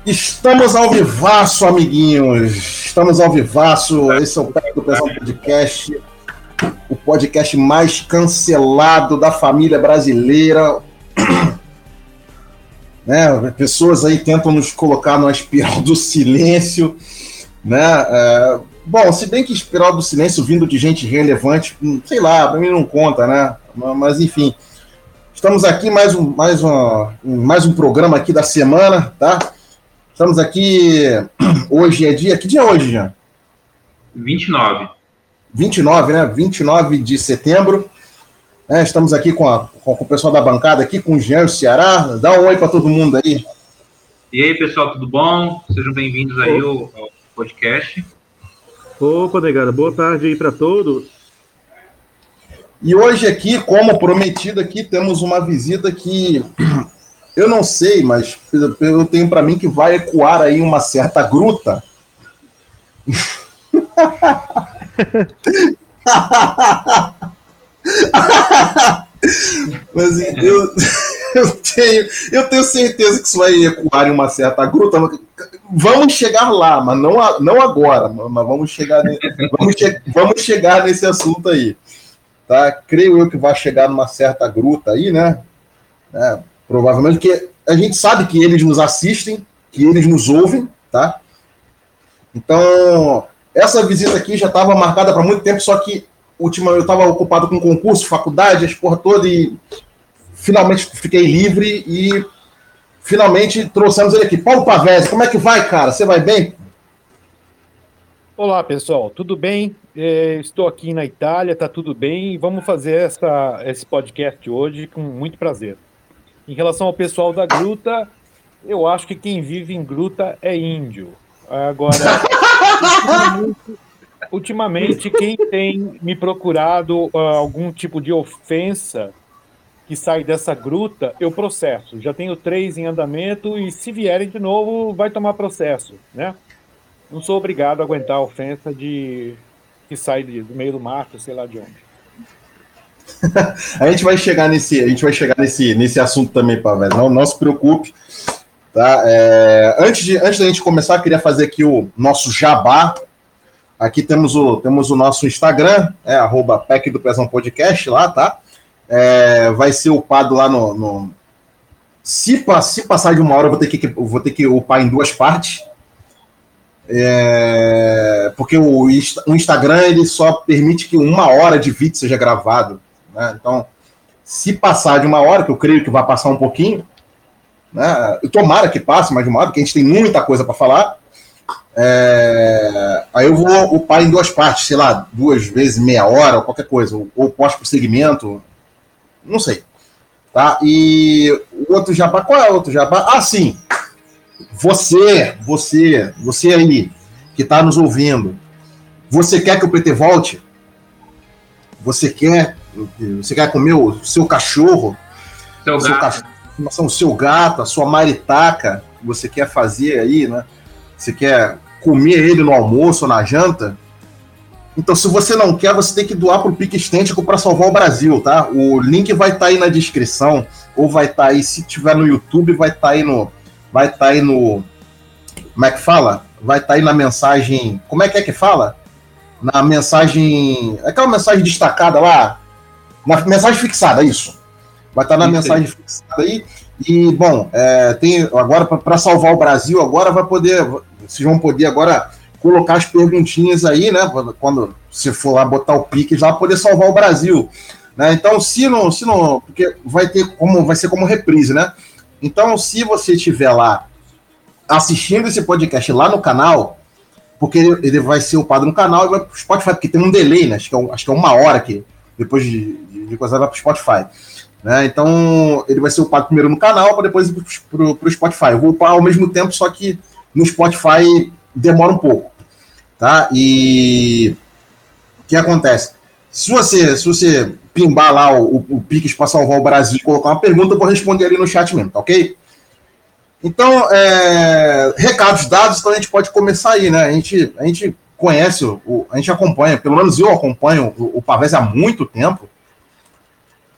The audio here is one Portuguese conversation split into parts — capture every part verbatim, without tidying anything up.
Estamos ao vivaço, amiguinhos. Estamos ao vivaço. Esse é o Pack do Pesão Podcast, o podcast mais cancelado da família brasileira. Né? Pessoas aí tentam nos colocar numa espiral do silêncio, né? É... Bom, se bem que espiral do silêncio vindo de gente relevante, sei lá, para mim não conta, né? Mas enfim, estamos aqui mais um, mais um, mais um programa aqui da semana, tá? Estamos aqui, hoje é dia, que dia é hoje, Jean? vinte e nove. vinte e nove, né? vinte e nove de setembro. É, estamos aqui com, a, com o pessoal da bancada, aqui com o Jean e o Ceará. Dá um oi para todo mundo aí. E aí, pessoal, tudo bom? Sejam bem-vindos aí ao, ao podcast. Opa, negada, boa tarde aí para todos. E hoje aqui, como prometido aqui, temos uma visita que eu não sei, mas eu tenho para mim que vai ecoar aí uma certa gruta. Mas eu, eu, tenho, eu tenho certeza que isso vai ecoar em uma certa gruta. Vamos chegar lá, mas não, não agora. Mas vamos chegar, vamos, che, vamos chegar nesse assunto aí. Tá? Creio eu que vai chegar numa certa gruta aí, né? É, provavelmente, porque a gente sabe que eles nos assistem, que eles nos ouvem, tá? Então, essa visita aqui já estava marcada para muito tempo, só que última, eu estava ocupado com concurso, faculdade, as porra toda, e finalmente fiquei livre e finalmente trouxemos ele aqui. Paulo Pavese, como é que vai, cara? Você vai bem? Olá, pessoal, tudo bem? É, estou aqui na Itália, tá tudo bem, e vamos fazer essa, esse podcast hoje com muito prazer. Em relação ao pessoal da gruta, eu acho que quem vive em gruta é índio. Agora, ultimamente, ultimamente, quem tem me procurado uh, algum tipo de ofensa que sai dessa gruta, eu processo. Já tenho três em andamento e se vierem de novo, vai tomar processo, né? Não sou obrigado a aguentar a ofensa de que sai de, do meio do mato, sei lá de onde. A gente vai chegar nesse, a gente vai chegar nesse, nesse assunto também, Pavel. Não, não se preocupe, tá? É, antes de, antes da gente começar, queria fazer aqui o nosso jabá. Aqui temos o, temos o nosso Instagram, é arroba Pack do Pesão Podcast lá, tá? É, vai ser upado lá no, no... Se, se passar de uma hora, eu vou ter que, eu vou ter que upar em duas partes. É, porque o, o Instagram ele só permite que uma hora de vídeo seja gravado, né? Então, se passar de uma hora, que eu creio que vai passar um pouquinho, né? Tomara que passe mais de uma hora, porque a gente tem muita coisa para falar. É, aí eu vou upar em duas partes, sei lá, duas vezes meia hora, ou qualquer coisa, ou, ou pós-prosseguimento, não sei. Tá? E o outro jabá, qual é o outro jabá? Ah, sim! Você, você, você aí, que está nos ouvindo, você quer que o P T volte? Você quer, você quer comer o seu cachorro? Seu seu gato. Cachorro, o seu gato, a sua maritaca, que você quer fazer aí, né? Você quer comer ele no almoço ou na janta? Então, se você não quer, você tem que doar para o Pique Estêntico para salvar o Brasil, tá? O link vai estar tá aí na descrição, ou vai estar tá aí, se tiver no YouTube, vai estar tá aí no... Vai estar tá aí no... Como é que fala? Vai estar tá aí na mensagem... Como é que é que fala? Na mensagem... Aquela mensagem destacada lá. Na mensagem fixada, isso. Vai estar tá na isso mensagem aí. Fixada aí. E, bom, é, tem agora, para salvar o Brasil, agora vai poder... Vocês vão poder agora colocar as perguntinhas aí, né? Quando você for lá botar o pique, já vai poder salvar o Brasil. Né? Então, se não... Se não porque vai ter como... Vai ser como reprise, né? Então, se você estiver lá assistindo esse podcast lá no canal, porque ele, ele vai ser upado no canal e vai para o Spotify, porque tem um delay, né? Acho que é, acho que é uma hora que depois de, de, de coisa vai para o Spotify. Né? Então, ele vai ser upado primeiro no canal para depois ir para o Spotify. Eu vou upar ao mesmo tempo, só que no Spotify demora um pouco. Tá? E o que acontece? Se você, se você pimbar lá o, o, o Pix para salvar o Brasil e colocar uma pergunta, eu vou responder ali no chat mesmo, tá ok? Então, é, recados dados, então a gente pode começar aí, né? A gente, a gente conhece, o, a gente acompanha, pelo menos eu acompanho o, o Pavese há muito tempo.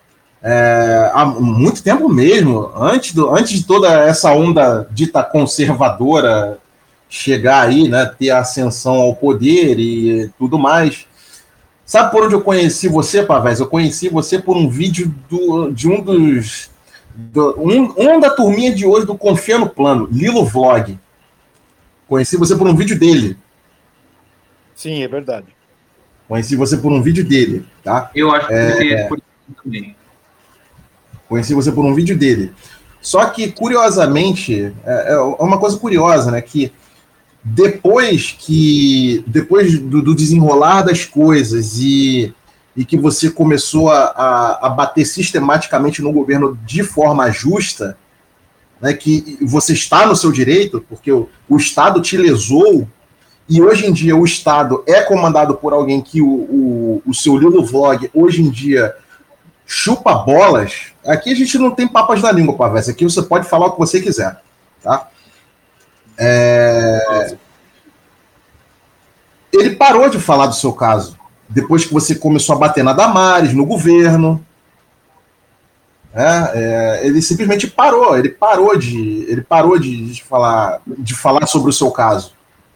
é, há muito tempo mesmo, antes, do, antes de toda essa onda dita conservadora chegar aí, né, ter ascensão ao poder e tudo mais. Sabe por onde eu conheci você, Pavés? Eu conheci você por um vídeo do, de um dos... Do, um, um da turminha de hoje do Confia no Plano, Lilo Vlog. Conheci você por um vídeo dele. Sim, é verdade. Conheci você por um vídeo dele, tá? Eu acho que é, é por isso também. Conheci você por um vídeo dele. Só que, curiosamente, é, é uma coisa curiosa, né? Que depois que depois do, do desenrolar das coisas e, e que você começou a, a, a bater sistematicamente no governo de forma justa, né, que você está no seu direito, porque o, o Estado te lesou, e hoje em dia o Estado é comandado por alguém que o, o, o seu Lilo Vlog hoje em dia chupa bolas. Aqui a gente não tem papas na língua, Pavés. Aqui você pode falar o que você quiser, tá? É... Ele parou de falar do seu caso depois que você começou a bater na Damares, no governo. É, é, ele simplesmente parou, ele parou de, ele parou de, de, falar, de falar sobre o seu caso.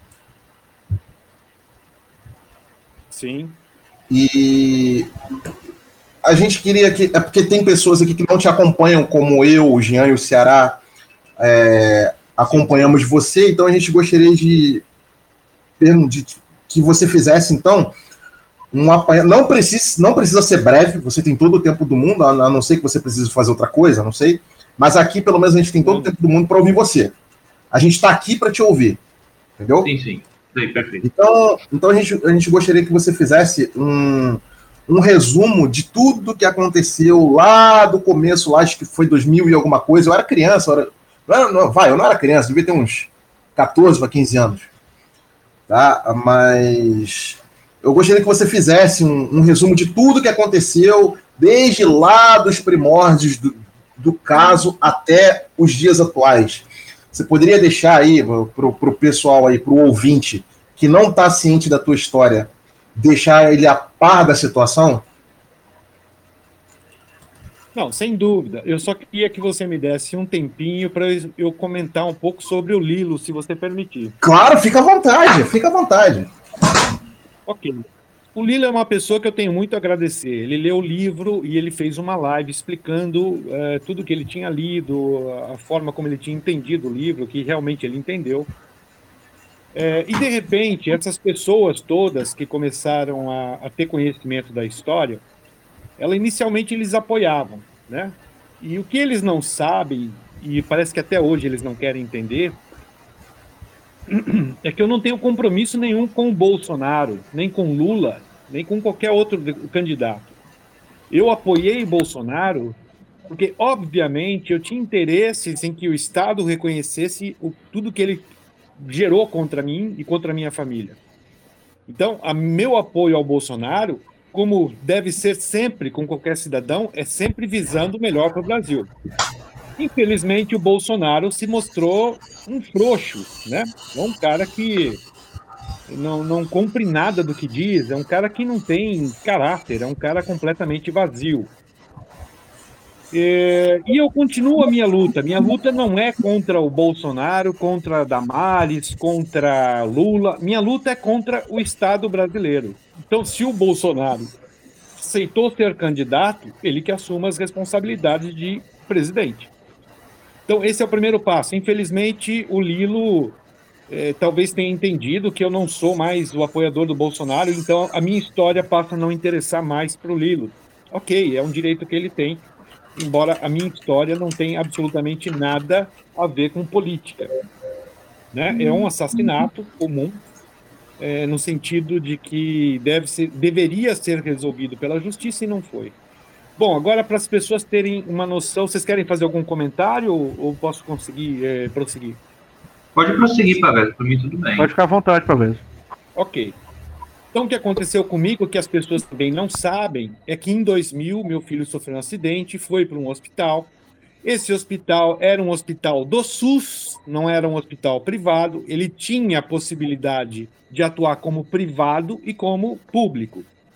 Sim. E a gente queria que. É porque tem pessoas aqui que não te acompanham, como eu, o Jean e o Ceará. É, acompanhamos você, então a gente gostaria de, de que você fizesse, então, um apanhado. Não precisa, não precisa ser breve, você tem todo o tempo do mundo, a não ser que você precise fazer outra coisa, não sei. Mas aqui, pelo menos, a gente tem todo o tempo do mundo para ouvir você. A gente está aqui para te ouvir, entendeu? Sim, sim. Sim, perfeito. Então, então a, gente, a gente gostaria que você fizesse um, um resumo de tudo que aconteceu lá do começo, lá acho que foi dois mil e alguma coisa. Eu era criança, eu era, não era, não, vai, eu não era criança, devia ter uns catorze para quinze anos. Tá? Mas eu gostaria que você fizesse um, um resumo de tudo que aconteceu, desde lá dos primórdios do, do caso até os dias atuais. Você poderia deixar aí para o pessoal aí, para o ouvinte que não está ciente da tua história, deixar ele a par da situação? Não, sem dúvida. Eu só queria que você me desse um tempinho para eu comentar um pouco sobre o Lilo, se você permitir. Claro, fica à vontade, fica à vontade. Ok. O Lilo é uma pessoa que eu tenho muito a agradecer. Ele leu o livro e ele fez uma live explicando uh, tudo que ele tinha lido, a forma como ele tinha entendido o livro, que realmente ele entendeu. É, e, de repente, essas pessoas todas que começaram a, a ter conhecimento da história, ela inicialmente eles apoiavam, né? E o que eles não sabem, e parece que até hoje eles não querem entender, é que eu não tenho compromisso nenhum com o Bolsonaro, nem com Lula, nem com qualquer outro candidato. Eu apoiei o Bolsonaro porque, obviamente, eu tinha interesses em que o Estado reconhecesse o, tudo que ele gerou contra mim e contra a minha família. Então, a meu apoio ao Bolsonaro, como deve ser sempre com qualquer cidadão, é sempre visando o melhor para o Brasil. Infelizmente, o Bolsonaro se mostrou um frouxo, né? É um cara que não, não cumpre nada do que diz, é um cara que não tem caráter, é um cara completamente vazio. E, e eu continuo a minha luta. Minha luta não é contra o Bolsonaro, contra Damares, contra Lula. Minha luta é contra o Estado brasileiro. Então, se o Bolsonaro aceitou ser candidato, ele que assuma as responsabilidades de presidente. Então, esse é o primeiro passo. Infelizmente, o Lilo eh, talvez tenha entendido que eu não sou mais o apoiador do Bolsonaro, então a minha história passa a não interessar mais para o Lilo. Ok, é um direito que ele tem, embora a minha história não tenha absolutamente nada a ver com política. Né? É um assassinato comum, é, no sentido de que deve ser, deveria ser resolvido pela justiça e não foi. Bom, agora para as pessoas terem uma noção, vocês querem fazer algum comentário ou, ou posso conseguir é, prosseguir? Pode prosseguir, Pavés, para mim tudo bem. Pode ficar à vontade, Pavés. Ok. Então, o que aconteceu comigo, que as pessoas também não sabem, é que em dois mil, meu filho sofreu um acidente, foi para um hospital. Esse hospital era um hospital do SUS, não era um hospital privado. Ele tinha a possibilidade de atuar como privado e como público.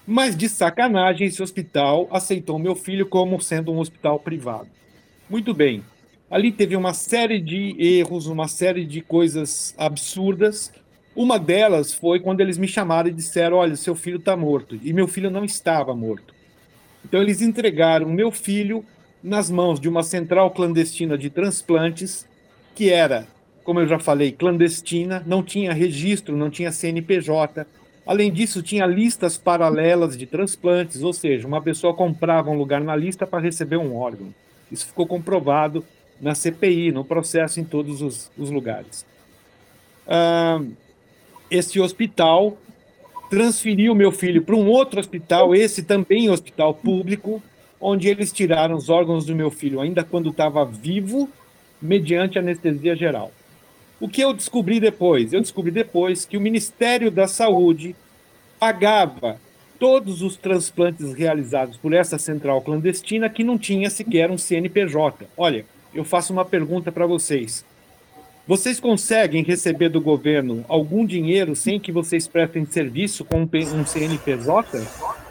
Mas, de sacanagem, esse hospital aceitou meu filho como sendo um hospital privado. Muito bem. Ali teve uma série de erros, uma série de coisas absurdas. Uma delas foi quando eles me chamaram e disseram: olha, seu filho está morto. E meu filho não estava morto. Então, eles entregaram meu filho nas mãos de uma central clandestina de transplantes, que era, como eu já falei, clandestina, não tinha registro, não tinha C N P J. Além disso, tinha listas paralelas de transplantes, ou seja, uma pessoa comprava um lugar na lista para receber um órgão. Isso ficou comprovado na C P I, no processo em todos os, os lugares. Ah, esse hospital transferiu meu filho para um outro hospital, esse também hospital público, onde eles tiraram os órgãos do meu filho ainda quando estava vivo, mediante anestesia geral. O que eu descobri depois? Eu descobri depois que o Ministério da Saúde pagava todos os transplantes realizados por essa central clandestina que não tinha sequer um C N P J. Olha, eu faço uma pergunta para vocês. Vocês conseguem receber do governo algum dinheiro sem que vocês prestem serviço com um C N P J?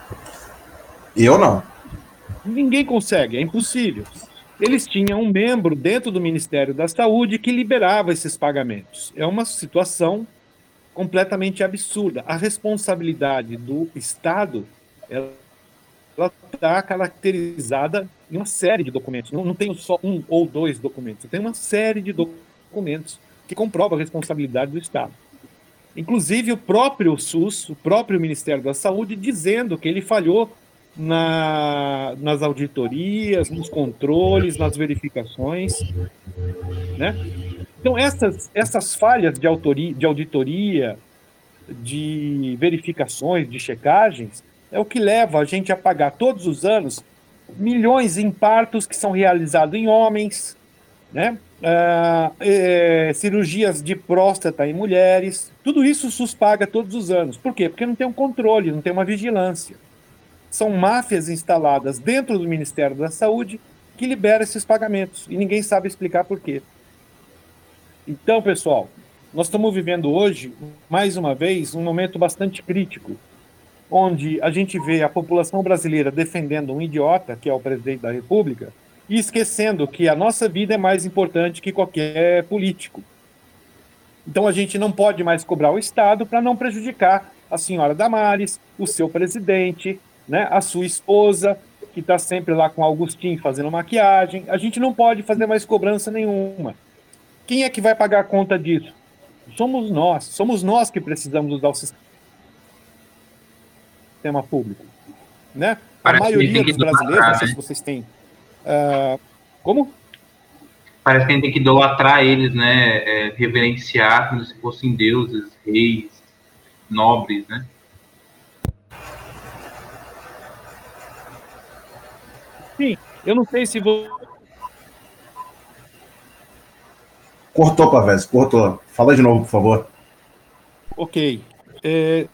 Eu não. Ninguém consegue, é impossível. Eles tinham um membro dentro do Ministério da Saúde que liberava esses pagamentos. É uma situação completamente absurda. A responsabilidade do Estado, ela está caracterizada em uma série de documentos. Não, não tem só um ou dois documentos, tem uma série de documentos que comprovam a responsabilidade do Estado. Inclusive o próprio SUS, o próprio Ministério da Saúde, dizendo que ele falhou na, nas auditorias, nos controles, nas verificações, né? Então, essas, essas falhas de, autoria, de auditoria, de verificações, de checagens, é o que leva a gente a pagar todos os anos milhões em partos que são realizados em homens, né? Ah, é, cirurgias de próstata em mulheres. Tudo isso o SUS paga todos os anos. Por quê? Porque não tem um controle, não tem uma vigilância. São máfias instaladas dentro do Ministério da Saúde que liberam esses pagamentos e ninguém sabe explicar por quê. Então, pessoal, nós estamos vivendo hoje, mais uma vez, um momento bastante crítico, onde a gente vê a população brasileira defendendo um idiota, que é o presidente da República, e esquecendo que a nossa vida é mais importante que qualquer político. Então, a gente não pode mais cobrar o Estado para não prejudicar a senhora Damares, o seu presidente, né, a sua esposa, que está sempre lá com o Augustinho fazendo maquiagem. A gente não pode fazer mais cobrança nenhuma. Quem é que vai pagar a conta disso? Somos nós. Somos nós que precisamos usar o sistema público, né? A Parece maioria dos brasileiros, idolatrar, não sei né? se vocês têm... Uh, como? Parece que a gente tem que idolatrar eles, né? É, reverenciar como se fossem deuses, reis, nobres, né? Sim, eu não sei se vou... Cortou, Pavés, cortou. Fala de novo, por favor. Ok. É...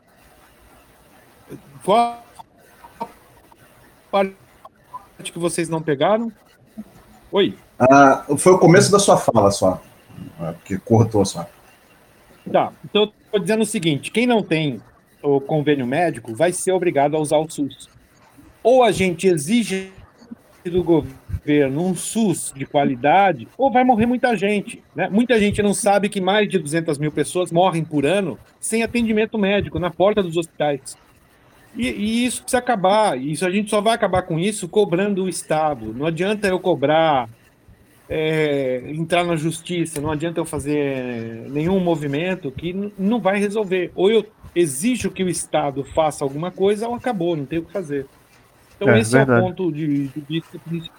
Qual parte que vocês não pegaram? Oi. Ah, foi o começo da sua fala só. Porque cortou só. Tá, então eu estou dizendo o seguinte: quem não tem o convênio médico vai ser obrigado a usar o SUS. Ou a gente exige do governo um SUS de qualidade, ou vai morrer muita gente, né? Muita gente não sabe que mais de duzentas mil pessoas morrem por ano sem atendimento médico na porta dos hospitais. E, e isso precisa acabar. Isso, a gente só vai acabar com isso cobrando o Estado. Não adianta eu cobrar, é, entrar na justiça, não adianta eu fazer nenhum movimento que n- não vai resolver. Ou eu exijo que o Estado faça alguma coisa, ou acabou, não tem o que fazer. Então, É, esse é o verdade. ponto de, de vista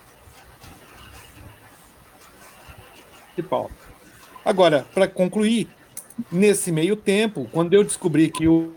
principal. Agora, para concluir, nesse meio tempo, quando eu descobri que o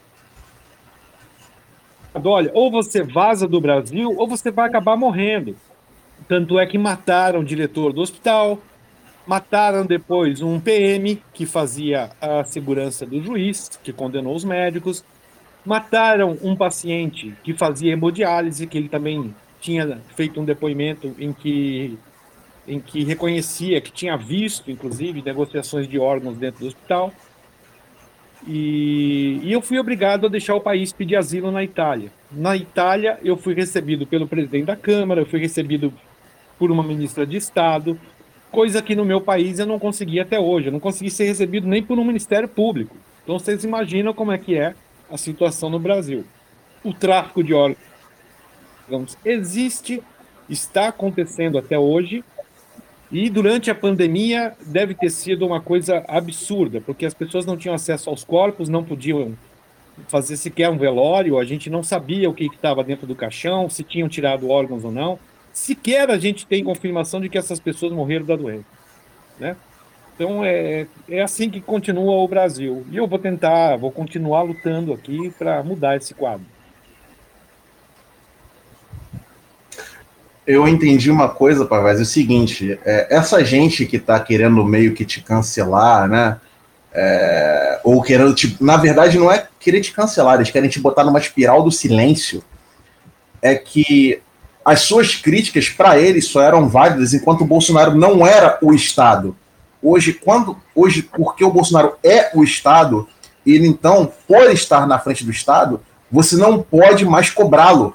olha, ou você vaza do Brasil, ou você vai acabar morrendo. Tanto é que mataram o diretor do hospital, mataram depois um P M que fazia a segurança do juiz, que condenou os médicos, mataram um paciente que fazia hemodiálise, que ele também tinha feito um depoimento em que, em que reconhecia que tinha visto, inclusive, negociações de órgãos dentro do hospital. E, e eu fui obrigado a deixar o país pedir asilo na Itália. Na Itália, eu fui recebido pelo presidente da Câmara, eu fui recebido por uma ministra de Estado, coisa que no meu país eu não consegui até hoje. Eu não consegui ser recebido nem por um Ministério Público. Então vocês imaginam como é que é a situação no Brasil. O tráfico de órgãos existe, está acontecendo até hoje, e durante a pandemia deve ter sido uma coisa absurda, porque as pessoas não tinham acesso aos corpos, não podiam fazer sequer um velório, a gente não sabia o que estava dentro do caixão, se tinham tirado órgãos ou não. Sequer a gente tem confirmação de que essas pessoas morreram da doença, né? Então é, é assim que continua o Brasil. E eu vou tentar, vou continuar lutando aqui para mudar esse quadro. Eu entendi uma coisa, Pavés, é o seguinte, é, essa gente que tá querendo meio que te cancelar, né, é, ou querendo te... Na verdade, não é querer te cancelar, eles querem te botar numa espiral do silêncio, é que as suas críticas para eles só eram válidas enquanto o Bolsonaro não era o Estado. Hoje, quando, hoje, porque o Bolsonaro é o Estado, ele então, por estar na frente do Estado, você não pode mais cobrá-lo.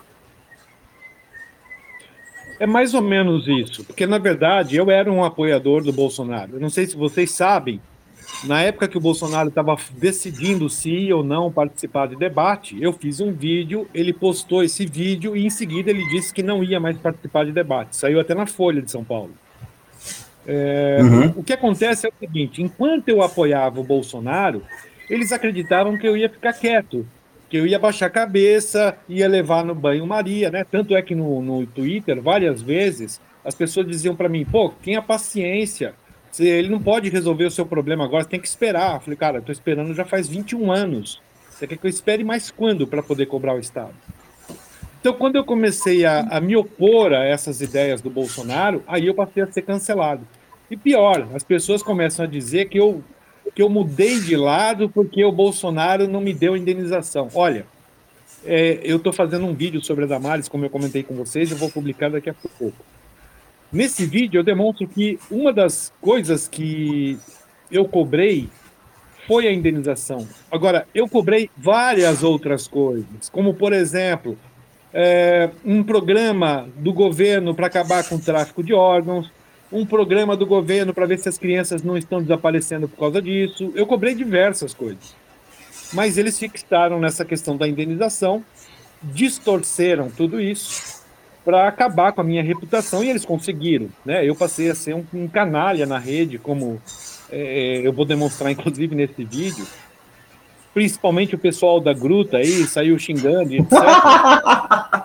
É mais ou menos isso, porque na verdade eu era um apoiador do Bolsonaro. Eu não sei se vocês sabem, na época que o Bolsonaro estava decidindo se ia ou não participar de debate, eu fiz um vídeo, ele postou esse vídeo e em seguida ele disse que não ia mais participar de debate. Saiu até na Folha de São Paulo. É, uhum. O que acontece é o seguinte, enquanto eu apoiava o Bolsonaro, eles acreditavam que eu ia ficar quieto, que eu ia baixar a cabeça, ia levar no banho-maria, né? Tanto é que no, no Twitter, várias vezes, as pessoas diziam para mim, pô, tenha paciência, ele não pode resolver o seu problema agora, você tem que esperar. Eu falei, cara, eu tô esperando já faz vinte e um anos, você quer que eu espere mais quando para poder cobrar o Estado? Então, quando eu comecei a, a me opor a essas ideias do Bolsonaro, aí eu passei a ser cancelado. E pior, as pessoas começam a dizer que eu que eu mudei de lado porque o Bolsonaro não me deu indenização. Olha, é, eu estou fazendo um vídeo sobre a Damares, como eu comentei com vocês, eu vou publicar daqui a pouco. Nesse vídeo eu demonstro que uma das coisas que eu cobrei foi a indenização. Agora, eu cobrei várias outras coisas, como, por exemplo, é, um programa do governo para acabar com o tráfico de órgãos, um programa do governo para ver se as crianças não estão desaparecendo por causa disso. Eu cobrei diversas coisas. Mas eles fixaram nessa questão da indenização, distorceram tudo isso para acabar com a minha reputação e eles conseguiram, né? Eu passei a ser um, um canalha na rede, como é, eu vou demonstrar inclusive nesse vídeo. Principalmente o pessoal da Gruta aí saiu xingando e etcétera.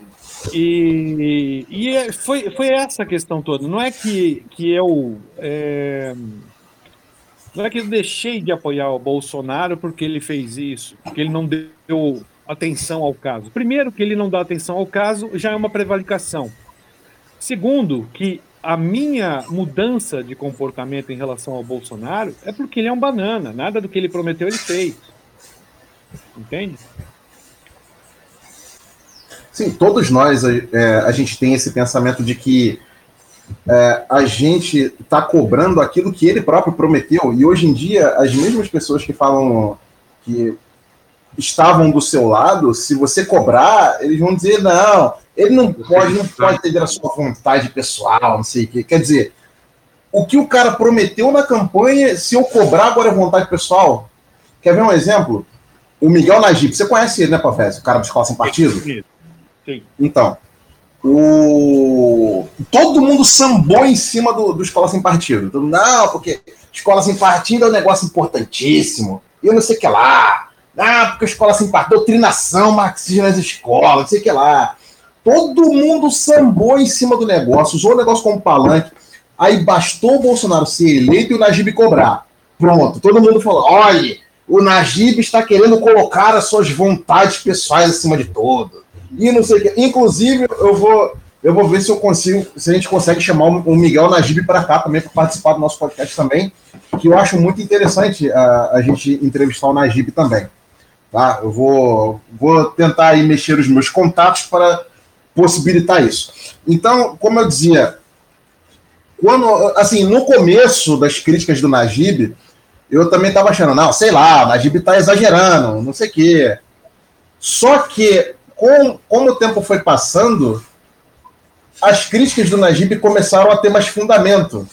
E, e foi, foi essa a questão toda. Não é que, que eu é, não é que eu deixei de apoiar o Bolsonaro porque ele fez isso, porque ele não deu atenção ao caso. Primeiro, que ele não dá atenção ao caso já é uma prevaricação. Segundo, que a minha mudança de comportamento em relação ao Bolsonaro é porque ele é um banana. Nada do que ele prometeu ele fez. Entende? Sim, todos nós, é, a gente tem esse pensamento de que é, a gente está cobrando aquilo que ele próprio prometeu, e hoje em dia, as mesmas pessoas que falam que estavam do seu lado, se você cobrar, eles vão dizer, não, ele não pode, não pode ter a sua vontade pessoal, não sei o quê. Quer dizer, o que o cara prometeu na campanha, se eu cobrar, agora é vontade pessoal. Quer ver um exemplo? O Miguel Najib, você conhece ele, né, Pavés? O cara do Escola Sem Partido? Sim. Então, o... todo mundo sambou em cima do, do Escola Sem Partido. Todo... Não, porque Escola Sem Partido é um negócio importantíssimo. E eu não sei o que lá. Ah, porque Escola Sem Partido, doutrinação marxista nas escolas, não sei o que lá. Todo mundo sambou em cima do negócio, usou o negócio como palanque. Aí bastou o Bolsonaro ser eleito e o Najib cobrar. Pronto, todo mundo falou, olha, o Najib está querendo colocar as suas vontades pessoais acima de tudo. E não sei o que. Inclusive, eu vou, eu vou ver se eu consigo, se a gente consegue chamar o Miguel Najib para cá também, para participar do nosso podcast também, que eu acho muito interessante a, a gente entrevistar o Najib também. Tá? Eu vou, vou tentar aí mexer os meus contatos para possibilitar isso. Então, como eu dizia, quando, assim, no começo das críticas do Najib, eu também tava achando, não, sei lá, o Najib tá exagerando, não sei o quê. Só que, com, como o tempo foi passando, as críticas do Najib começaram a ter mais fundamento.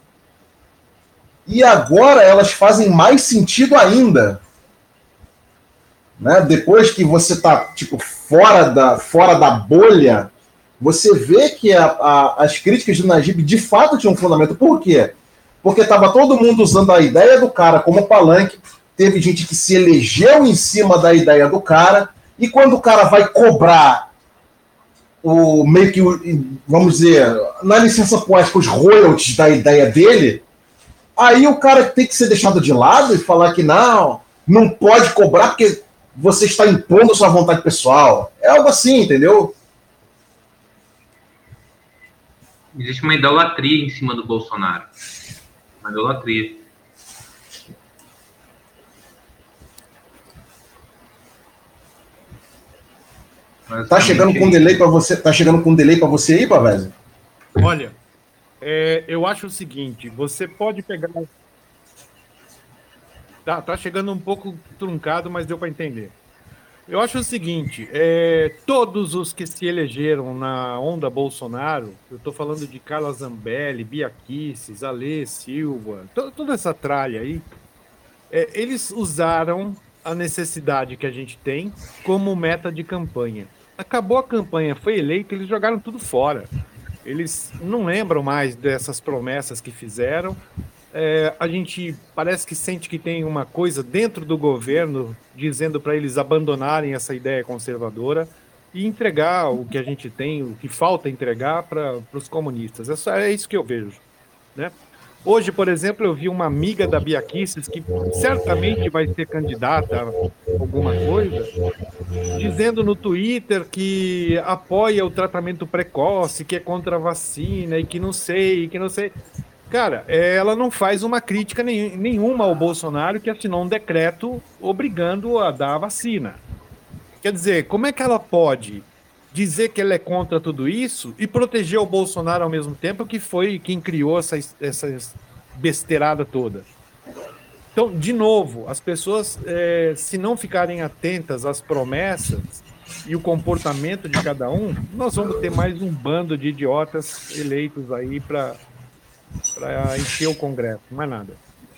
E agora elas fazem mais sentido ainda. Né? Depois que você está tipo, fora, da, fora da bolha, você vê que a, a, as críticas do Najib de fato tinham fundamento. Por quê? Porque estava todo mundo usando a ideia do cara como palanque, teve gente que se elegeu em cima da ideia do cara, e quando o cara vai cobrar o meio que, vamos dizer, na licença poética, os royalties da ideia dele, aí o cara tem que ser deixado de lado e falar que não, não pode cobrar porque você está impondo sua vontade pessoal. É algo assim, entendeu? Existe uma idolatria em cima do Bolsonaro. Uma idolatria. Tá chegando com delay para você, tá chegando com delay para você aí, Pavese? Olha, é, eu acho o seguinte, você pode pegar... Tá, tá chegando um pouco truncado, mas deu para entender. Eu acho o seguinte, é, todos os que se elegeram na onda Bolsonaro, eu estou falando de Carla Zambelli, Bia Kicis, Alê Silva, to, toda essa tralha aí, é, eles usaram a necessidade que a gente tem como meta de campanha. Acabou a campanha, foi eleito, eles jogaram tudo fora. Eles não lembram mais dessas promessas que fizeram. É, a gente parece que sente que tem uma coisa dentro do governo dizendo para eles abandonarem essa ideia conservadora e entregar o que a gente tem, o que falta entregar para os comunistas. É, só, é isso que eu vejo, né? Hoje, por exemplo, eu vi uma amiga da Bia Kicis, que certamente vai ser candidata a alguma coisa, dizendo no Twitter que apoia o tratamento precoce, que é contra a vacina e que não sei, que não sei... Cara, ela não faz uma crítica nenhuma ao Bolsonaro, que assinou um decreto obrigando a dar a vacina. Quer dizer, como é que ela pode dizer que ela é contra tudo isso e proteger o Bolsonaro ao mesmo tempo, que foi quem criou essa, essa besteirada toda? Então, de novo, as pessoas, é, se não ficarem atentas às promessas e o comportamento de cada um, nós vamos ter mais um bando de idiotas eleitos aí para... para encher o Congresso, não é nada.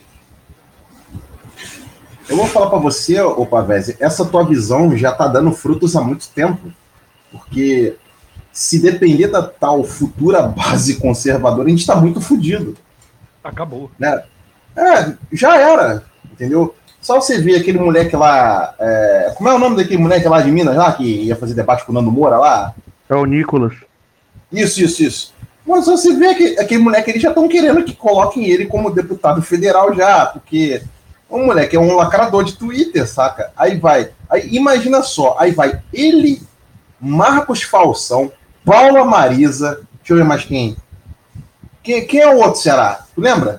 Eu vou falar para você, ô Pavese, essa tua visão já está dando frutos há muito tempo, porque se depender da tal futura base conservadora, a gente está muito fodido. Acabou. Né? É, já era, entendeu? Só você ver aquele moleque lá, é, como é o nome daquele moleque lá de Minas, lá, que ia fazer debate com o Nando Moura lá? É o Nicolas. Isso, isso, isso. Mas você vê que aquele moleque, eles já estão querendo que coloquem ele como deputado federal já, porque o moleque é um lacrador de Twitter, saca? Aí vai, aí imagina só, aí vai ele, Marcos Falsão, Paula Marisa, deixa eu ver mais quem. Quem, quem é o outro, será? Tu lembra?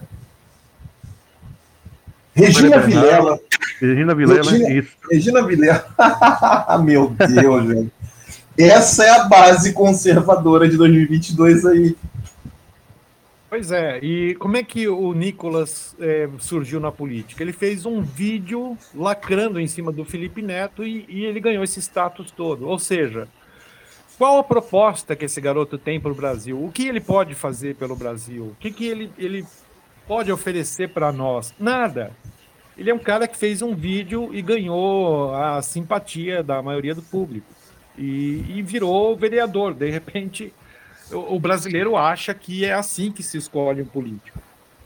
Regina Vilela. Regina Vilela, Regina, isso. Regina Vilela. Meu Deus, velho. Essa é a base conservadora de dois mil e vinte e dois aí. Pois é, e como é que o Nicolas é, surgiu na política? Ele fez um vídeo lacrando em cima do Felipe Neto e, e ele ganhou esse status todo. Ou seja, qual a proposta que esse garoto tem para o Brasil? O que ele pode fazer pelo Brasil? O que, que ele, ele pode oferecer para nós? Nada. Ele é um cara que fez um vídeo e ganhou a simpatia da maioria do público. E, e virou vereador. De repente, o, o brasileiro acha que é assim que se escolhe um político.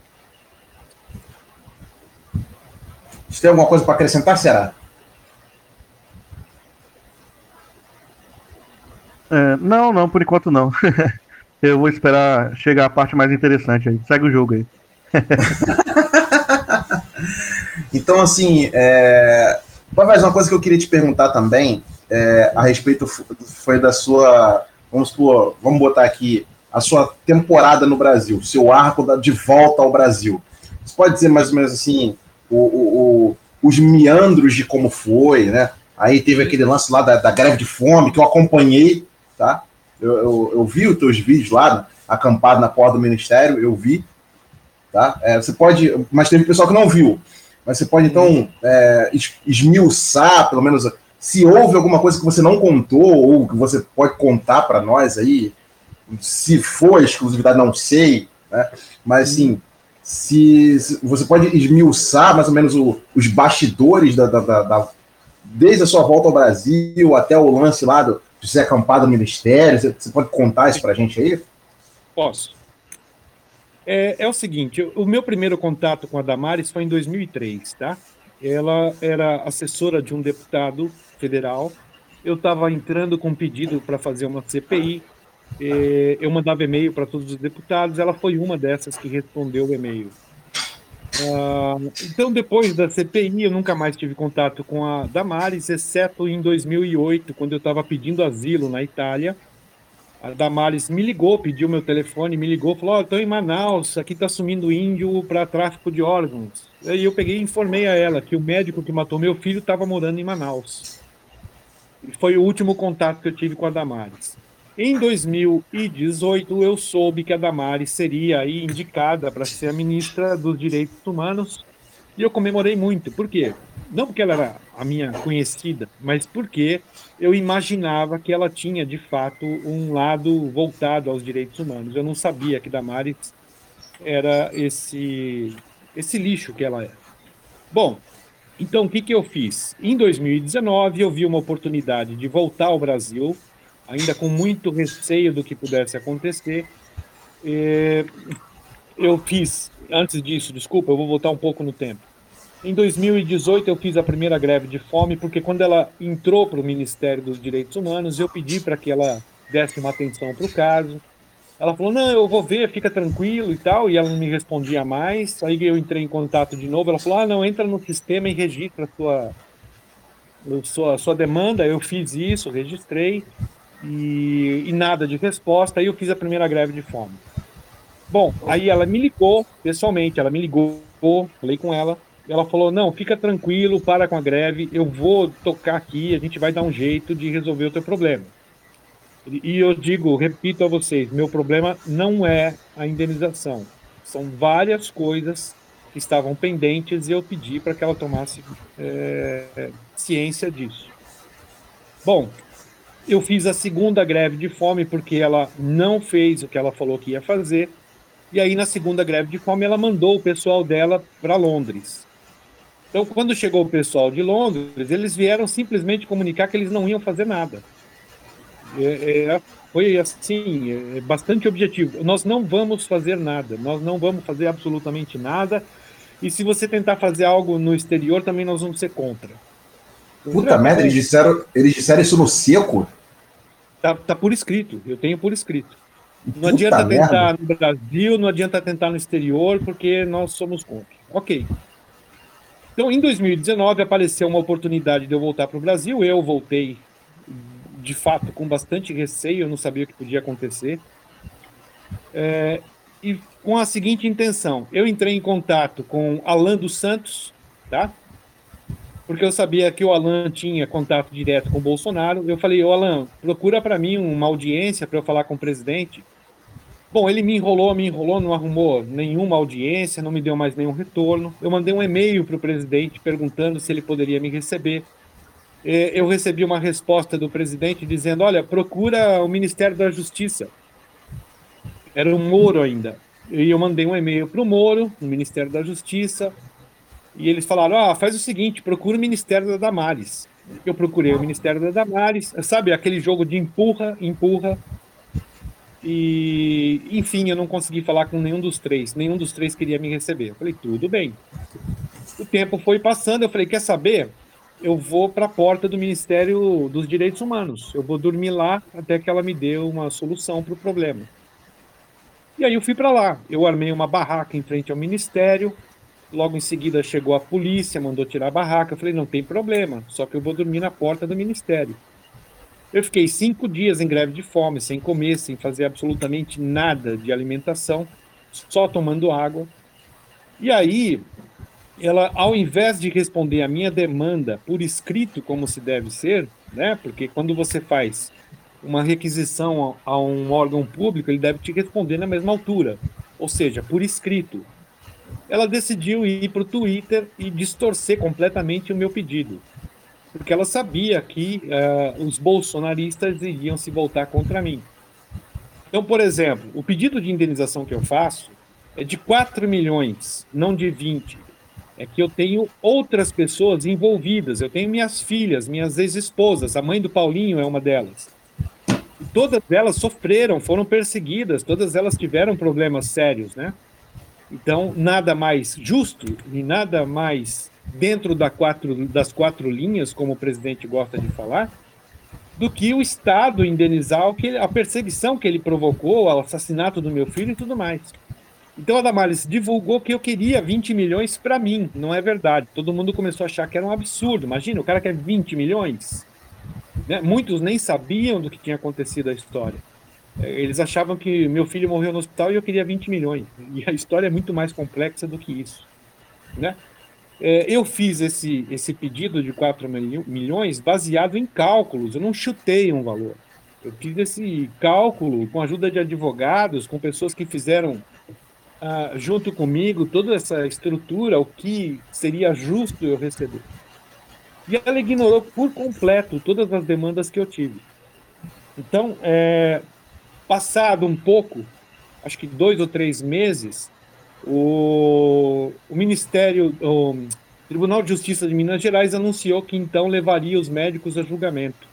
Você tem alguma coisa para acrescentar, será? É, não, não, por enquanto não. Eu vou esperar chegar a parte mais interessante aí. Segue o jogo aí. Então, assim, é... mais uma coisa que eu queria te perguntar também, é, a respeito foi da sua, vamos supor, vamos botar aqui, a sua temporada no Brasil, seu arco de volta ao Brasil. Você pode dizer mais ou menos assim, o, o, o, os meandros de como foi, né? Aí teve aquele lance lá da, da greve de fome, que eu acompanhei, tá? Eu, eu, eu vi os teus vídeos lá, acampado na porta do Ministério, eu vi, tá? É, você pode, mas teve pessoal que não viu. Mas você pode, então, é, es- esmiuçar, pelo menos, se houve alguma coisa que você não contou, ou que você pode contar para nós aí, se for exclusividade, não sei, né? Mas, assim, se, se você pode esmiuçar mais ou menos o- os bastidores da, da- da- da- desde a sua volta ao Brasil até o lance lá do, de ser acampado no ministério. Você, você pode contar isso para a gente aí? Posso. É, é o seguinte, o meu primeiro contato com a Damares foi em dois mil e três, tá? Ela era assessora de um deputado federal. Eu estava entrando com um pedido para fazer uma C P I. eh, Eu mandava e-mail para todos os deputados. Ela foi uma dessas que respondeu o e-mail. Ah, então, depois da C P I, eu nunca mais tive contato com a Damares, exceto em dois mil e oito, quando eu estava pedindo asilo na Itália. A Damares me ligou, pediu meu telefone, me ligou, falou: Ó, estou em Manaus, aqui está sumindo índio para tráfico de órgãos. Aí eu peguei e informei a ela que o médico que matou meu filho estava morando em Manaus. E foi o último contato que eu tive com a Damares. Em dois mil e dezoito, eu soube que a Damares seria aí indicada para ser a ministra dos Direitos Humanos, e eu comemorei muito. Por quê? Não porque ela era a minha conhecida, mas porque eu imaginava que ela tinha, de fato, um lado voltado aos direitos humanos. Eu não sabia que Damares era esse, esse lixo que ela é. Bom, então o que, que eu fiz? Em dois mil e dezenove, eu vi uma oportunidade de voltar ao Brasil, ainda com muito receio do que pudesse acontecer. Eh, Eu fiz, antes disso, desculpa, eu vou voltar um pouco no tempo. Em dois mil e dezoito, eu fiz a primeira greve de fome, porque quando ela entrou para o Ministério dos Direitos Humanos, eu pedi para que ela desse uma atenção para o caso. Ela falou: não, eu vou ver, fica tranquilo e tal, e ela não me respondia mais. Aí eu entrei em contato de novo, ela falou: ah, não, entra no sistema e registra a sua, a sua, a sua demanda. Eu fiz isso, registrei, e, e nada de resposta. Aí eu fiz a primeira greve de fome. Bom, aí ela me ligou pessoalmente, ela me ligou, falei com ela. Ela falou: não, fica tranquilo, para com a greve, eu vou tocar aqui, a gente vai dar um jeito de resolver o teu problema. E eu digo, repito a vocês, meu problema não é a indenização. São várias coisas que estavam pendentes e eu pedi para que ela tomasse é, ciência disso. Bom, eu fiz a segunda greve de fome porque ela não fez o que ela falou que ia fazer. E aí, na segunda greve de fome, ela mandou o pessoal dela para Londres. Então, quando chegou o pessoal de Londres, eles vieram simplesmente comunicar que eles não iam fazer nada. É, é, foi assim, é, bastante objetivo. Nós não vamos fazer nada, nós não vamos fazer absolutamente nada. E se você tentar fazer algo no exterior, também nós vamos ser contra. Puta merda, eles disseram, eles disseram isso no seco? Tá, tá por escrito, eu tenho por escrito. Não Puta adianta merda. tentar no Brasil, não adianta tentar no exterior, porque nós somos contra. Ok. Então, em dois mil e dezenove, apareceu uma oportunidade de eu voltar para o Brasil. Eu voltei, de fato, com bastante receio, eu não sabia o que podia acontecer. É, e com a seguinte intenção: eu entrei em contato com Alan dos Santos, tá? Porque eu sabia que o Alan tinha contato direto com o Bolsonaro. Eu falei: ô Alan, procura para mim uma audiência para eu falar com o presidente. Bom, ele me enrolou, me enrolou, não arrumou nenhuma audiência, não me deu mais nenhum retorno. Eu mandei um e-mail para o presidente perguntando se ele poderia me receber. Eu recebi uma resposta do presidente dizendo: olha, procura o Ministério da Justiça. Era o Moro ainda. E eu mandei um e-mail para o Moro, no Ministério da Justiça, e eles falaram: ah, faz o seguinte, procura o Ministério da Damares. Eu procurei o Ministério da Damares, sabe, aquele jogo de empurra, empurra, e, enfim, eu não consegui falar com nenhum dos três, nenhum dos três queria me receber. Eu falei: tudo bem. O tempo foi passando, eu falei: quer saber? Eu vou para a porta do Ministério dos Direitos Humanos, eu vou dormir lá até que ela me dê uma solução para o problema. E aí eu fui para lá, eu armei uma barraca em frente ao Ministério. Logo em seguida chegou a polícia, mandou tirar a barraca. Eu falei: não tem problema, só que eu vou dormir na porta do Ministério. Eu fiquei cinco dias em greve de fome, sem comer, sem fazer absolutamente nada de alimentação, só tomando água. E aí, ela, ao invés de responder a minha demanda por escrito, como se deve ser, né? Porque quando você faz uma requisição a, a um órgão público, ele deve te responder na mesma altura, ou seja, por escrito. ela decidiu ir para o Twitter e distorcer completamente o meu pedido. Porque ela sabia que uh, os bolsonaristas iriam se voltar contra mim. Então, por exemplo, o pedido de indenização que eu faço é de quatro milhões, não de vinte. É que eu tenho outras pessoas envolvidas. Eu tenho minhas filhas, minhas ex-esposas. A mãe do Paulinho é uma delas. E todas elas sofreram, foram perseguidas. Todas elas tiveram problemas sérios, né? Então, nada mais justo e nada mais dentro da quatro, das quatro linhas, como o presidente gosta de falar, do que o Estado indenizar o que ele, a perseguição que ele provocou, o assassinato do meu filho e tudo mais. Então a Damares divulgou que eu queria vinte milhões para mim. Não é verdade. Todo mundo começou a achar que era um absurdo. Imagina, o cara quer vinte milhões. Né? Muitos nem sabiam do que tinha acontecido a história. Eles achavam que meu filho morreu no hospital e eu queria vinte milhões. E a história é muito mais complexa do que isso. Né? Eu fiz esse, esse pedido de quatro milhões baseado em cálculos. Eu não chutei um valor. Eu fiz esse cálculo com a ajuda de advogados, com pessoas que fizeram... Uh, junto comigo, toda essa estrutura, o que seria justo eu receber. E ela ignorou por completo todas as demandas que eu tive. Então, é, passado um pouco, acho que dois ou três meses, o, o Ministério, o Tribunal de Justiça de Minas Gerais anunciou que então levaria os médicos a julgamento.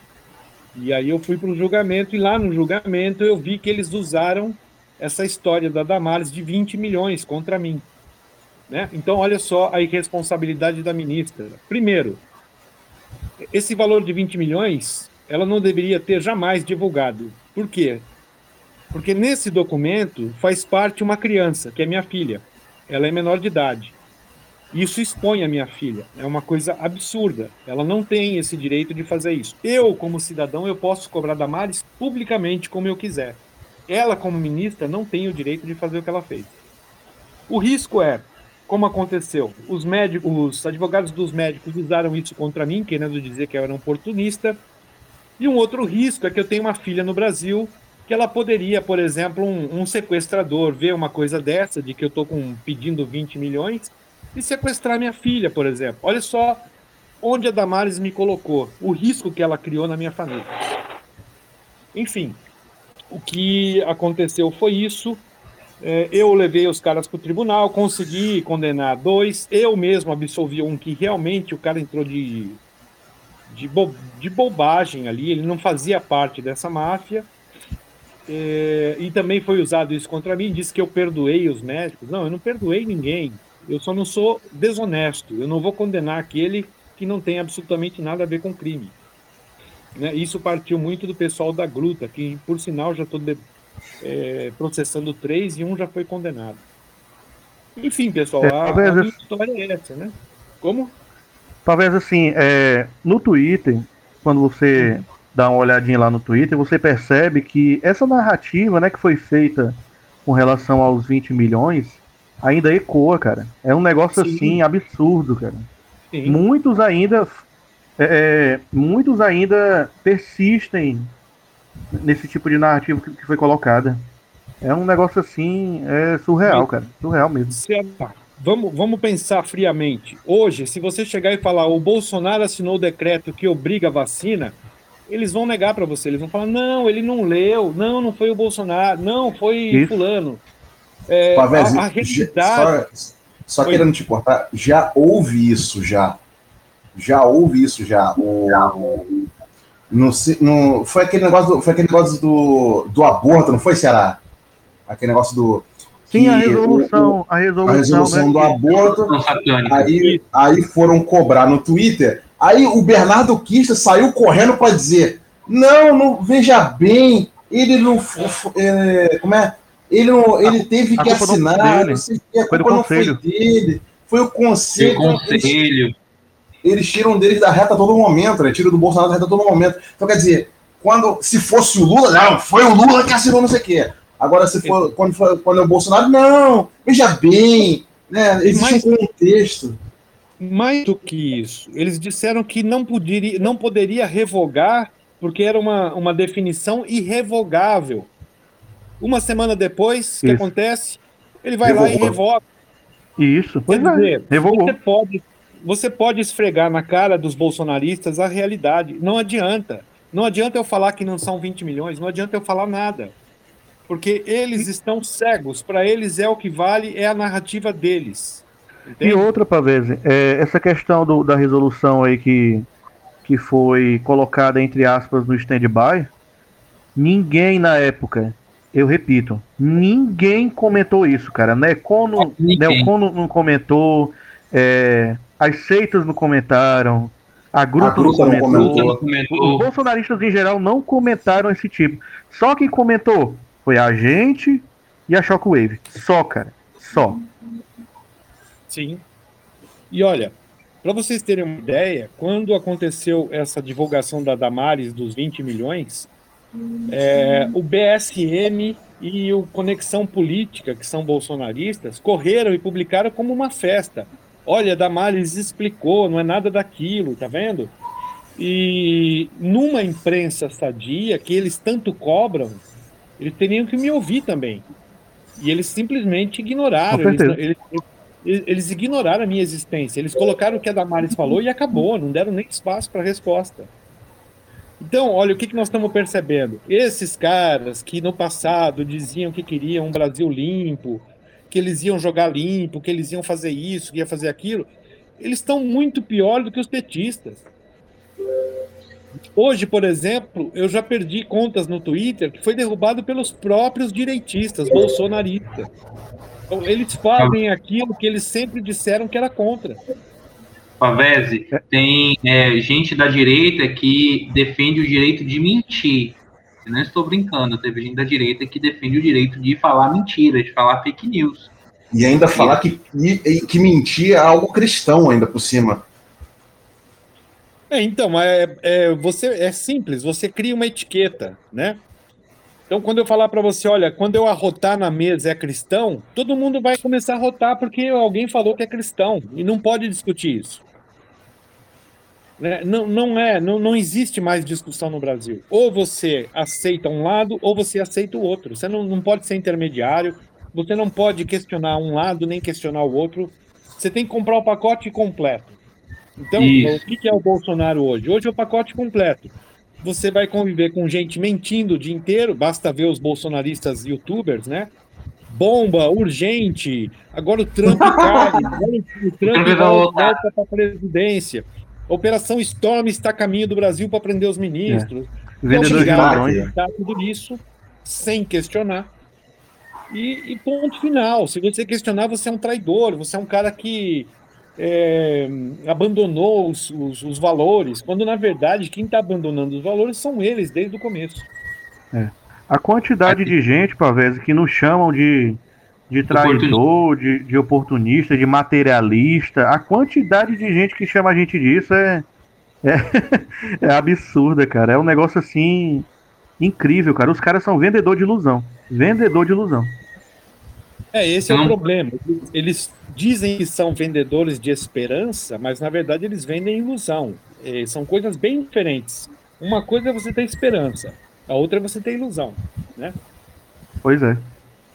E aí eu fui para o julgamento, e lá no julgamento eu vi que eles usaram essa história da Damares de vinte milhões contra mim. Né? Então, olha só a irresponsabilidade da ministra. Primeiro, esse valor de vinte milhões, ela não deveria ter jamais divulgado. Por quê? Porque nesse documento faz parte uma criança, que é minha filha. Ela é menor de idade. Isso expõe a minha filha. É uma coisa absurda. Ela não tem esse direito de fazer isso. Eu, como cidadão, eu posso cobrar Damares publicamente como eu quiser. Ela, como ministra, não tem o direito de fazer o que ela fez. O risco é, como aconteceu, os, médicos, os advogados dos médicos usaram isso contra mim, querendo dizer que eu era um oportunista. E um outro risco é que eu tenho uma filha no Brasil, que ela poderia, por exemplo, um, um sequestrador ver uma coisa dessa, de que eu estou pedindo vinte milhões, e sequestrar minha filha, por exemplo. Olha só onde a Damares me colocou, o risco que ela criou na minha família. Enfim... O que aconteceu foi isso. Eu levei os caras para o tribunal, consegui condenar dois. Eu mesmo absolvi um que realmente o cara entrou de, de, bo, de bobagem ali. Ele não fazia parte dessa máfia. É, e também foi usado isso contra mim. Disse que eu perdoei os médicos. Não, eu não perdoei ninguém. Eu só não sou desonesto. Eu não vou condenar aquele que não tem absolutamente nada a ver com crime. Né? Isso partiu muito do pessoal da Gruta, que, por sinal, já estou é, processando três e um já foi condenado. Enfim, pessoal, a, a minha história é essa, né? Como? Talvez, assim, é, no Twitter, quando você hum. dá uma olhadinha lá no Twitter, você percebe que essa narrativa, né, que foi feita com relação aos vinte milhões, ainda ecoa, cara. É um negócio, Sim. assim, absurdo, cara. Sim. Muitos ainda... É, muitos ainda persistem nesse tipo de narrativa que, que foi colocada. É um negócio assim, é surreal, cara. Surreal mesmo. Vamos, vamos pensar friamente. Hoje, se você chegar e falar o Bolsonaro assinou o decreto que obriga a vacina, eles vão negar para você. Eles vão falar, não, ele não leu, não, não foi o Bolsonaro, não, foi Isso. fulano. É, Pavés, a, a realidade... Só, só querendo te cortar, já houve isso, já. Já houve isso, já. O, o, no, no, foi aquele negócio, do, foi aquele negócio do, do aborto, não foi, Ceará? Aquele negócio do... Sim, a resolução, o, a resolução, a resolução né? do aborto. Aí, aí foram cobrar no Twitter. Aí o Bernardo Kister saiu correndo para dizer: não, não, veja bem, ele não. É, como é? Ele, não, ele teve a que assinar, não sei, a culpa não foi dele, foi o conselho. Foi o conselho. Eles, eles tiram deles da reta a todo momento, né? Tiram do Bolsonaro da reta a todo momento. Então, quer dizer, quando, se fosse o Lula, não, foi o Lula que assinou não sei o quê. Agora, se for, quando, for, quando é o Bolsonaro, não, veja bem, né? Existe mais, um contexto. Mais do que isso, eles disseram que não poderia, não poderia revogar, porque era uma, uma definição irrevogável. Uma semana depois, o que acontece? Ele vai Revogou. lá e revoga. Isso, Quer pois é, dizer, revogou. você pode, você pode esfregar na cara dos bolsonaristas a realidade. Não adianta. Não adianta eu falar que não são vinte milhões, não adianta eu falar nada. Porque eles estão cegos. Para eles é o que vale, é a narrativa deles. Entende? E outra, Pavese, é, essa questão do, da resolução aí que, que foi colocada, entre aspas, no stand-by, ninguém na época, eu repito, ninguém comentou isso, cara. Necon não, Necon não, não comentou, é, as seitas não comentaram, a Gruta, A Gruta não, não comentou, comentou. os bolsonaristas em geral não comentaram esse tipo. Só quem comentou foi a gente e a Shockwave. Só, cara. Só. Sim. E olha, para vocês terem uma ideia, quando aconteceu essa divulgação da Damares dos vinte milhões, é, o B S M e o Conexão Política, que são bolsonaristas, correram e publicaram como uma festa. Olha, Damares explicou, não é nada daquilo, tá vendo? E numa imprensa sadia, que eles tanto cobram, eles teriam que me ouvir também. E eles simplesmente ignoraram. Com Eles, certeza. eles, eles, eles ignoraram a minha existência. Eles colocaram o que a Damares falou e acabou. Não deram nem espaço para resposta. Então, olha, o que, que nós estamos percebendo? Esses caras que no passado diziam que queriam um Brasil limpo, que eles iam jogar limpo, que eles iam fazer isso, que iam fazer aquilo, eles estão muito pior do que os petistas. Hoje, por exemplo, eu já perdi contas no Twitter que foi derrubado pelos próprios direitistas, bolsonaristas. Então, eles fazem aquilo que eles sempre disseram que era contra. Pavese, tem é, gente da direita que defende o direito de mentir. Eu não estou brincando, teve gente da direita que defende o direito de falar mentira, de falar fake news. E ainda falar que, que mentir é algo cristão ainda por cima. É, então, é, é, você, é simples, você cria uma etiqueta, né? Então, quando eu falar para você, olha, quando eu arrotar na mesa é cristão, todo mundo vai começar a arrotar porque alguém falou que é cristão, e não pode discutir isso. Né? Não, não, é, não, não existe mais discussão no Brasil. Ou você aceita um lado, ou você aceita o outro. Você não, não pode ser intermediário, você não pode questionar um lado, nem questionar o outro. Você tem que comprar o pacote completo. Então, Isso. o que é o Bolsonaro hoje? Hoje é o pacote completo. Você vai conviver com gente mentindo o dia inteiro, basta ver os bolsonaristas youtubers, né? Bomba, urgente, agora o Trump cai, agora o Trump volta para a presidência. Operação Storm está a caminho do Brasil para prender os ministros. É. Vendedor de ladrões. Tudo isso sem questionar. E, e ponto final. Se você questionar, você é um traidor, você é um cara que É, abandonou os, os, os valores, quando na verdade quem está abandonando os valores são eles desde o começo. É. A quantidade de gente, Pavese, que nos chamam de, de traidor, de, de oportunista, de materialista, a quantidade de gente que chama a gente disso é, é, é absurda, cara. É um negócio assim incrível, cara. Os caras são vendedor de ilusão. Vendedor de ilusão. É, esse é o problema. Eles dizem que são vendedores de esperança, mas na verdade eles vendem ilusão. É, são coisas bem diferentes. Uma coisa é você ter esperança, a outra é você ter ilusão, né? Pois é.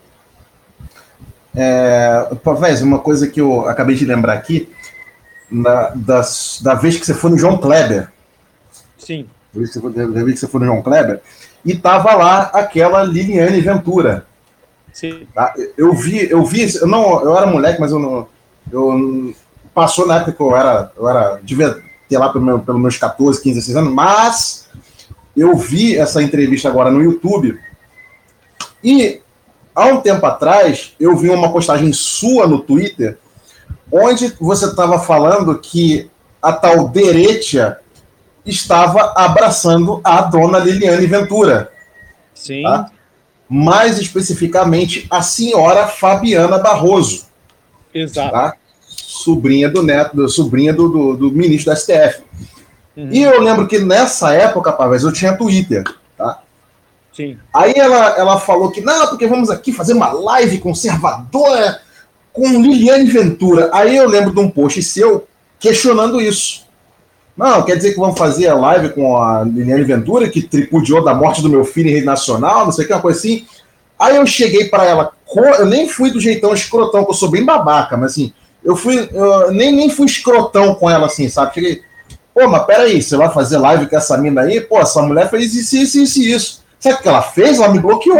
É, Pavés, uma coisa que eu acabei de lembrar aqui, na, das, da vez que você foi no João Kleber. Sim. Da vez que você foi no João Kleber, e tava lá aquela Liliane Ventura. Sim. Tá? Eu vi, eu vi, eu não, eu era moleque, mas eu não, eu passou na época que eu era, eu era, devia ter lá pelo meu, pelos meus catorze, quinze, dezesseis anos, mas eu vi essa entrevista agora no YouTube e há um tempo atrás eu vi uma postagem sua no Twitter onde você estava falando que a tal Deretia estava abraçando a dona Liliane Ventura. Sim. Tá? Mais especificamente a senhora Fabiana Barroso. Exato. Tá? Sobrinha do neto, do, sobrinha do, do, do ministro da S T F. Uhum. E eu lembro que nessa época, Pavés, eu tinha Twitter. Tá? Sim. Aí ela, ela falou que, não, porque vamos aqui fazer uma live conservadora com Liliane Ventura. Aí eu lembro de um post seu questionando isso. Não, quer dizer que vamos fazer a live com a Liliane Ventura, que tripudiou da morte do meu filho em rede nacional, não sei o que, uma coisa assim. Aí eu cheguei para ela, eu nem fui do jeitão escrotão, que eu sou bem babaca, mas assim, eu fui, eu nem, nem fui escrotão com ela assim, sabe? Cheguei, pô, mas peraí, você vai fazer live com essa mina aí? Pô, essa mulher fez isso, isso, isso e isso. Sabe o que ela fez? Ela me bloqueou.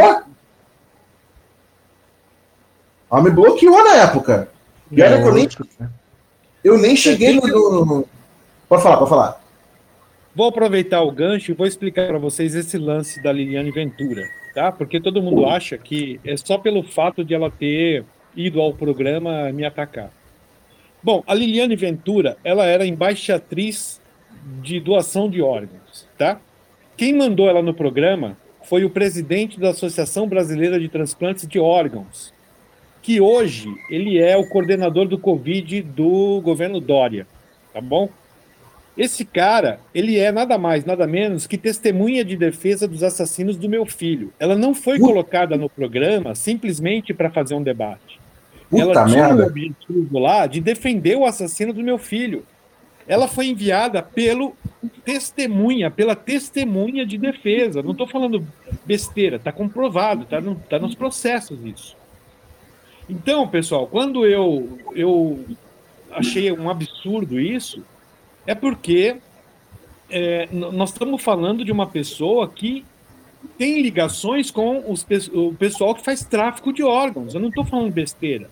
Ela me bloqueou na época. E olha que eu nem, eu nem cheguei no, no... Pode falar, pode falar. Vou aproveitar o gancho e vou explicar para vocês esse lance da Liliane Ventura, tá? Porque todo mundo acha que é só pelo fato de ela ter ido ao programa me atacar. Bom, a Liliane Ventura, ela era embaixatriz de doação de órgãos, tá? Quem mandou ela no programa foi o presidente da Associação Brasileira de Transplantes de Órgãos, que hoje ele é o coordenador do Covid do governo Dória, tá bom? Esse cara, ele é nada mais, nada menos que testemunha de defesa dos assassinos do meu filho. Ela não foi colocada no programa simplesmente para fazer um debate. Puta ela tinha merda. o objetivo lá de defender o assassino do meu filho. Ela foi enviada pelo testemunha, pela testemunha de defesa. Não estou falando besteira, está comprovado, está no, tá nos processos isso. Então, pessoal, quando eu, eu achei um absurdo isso, é porque é, nós estamos falando de uma pessoa que tem ligações com os, o pessoal que faz tráfico de órgãos. Eu não estou falando besteira.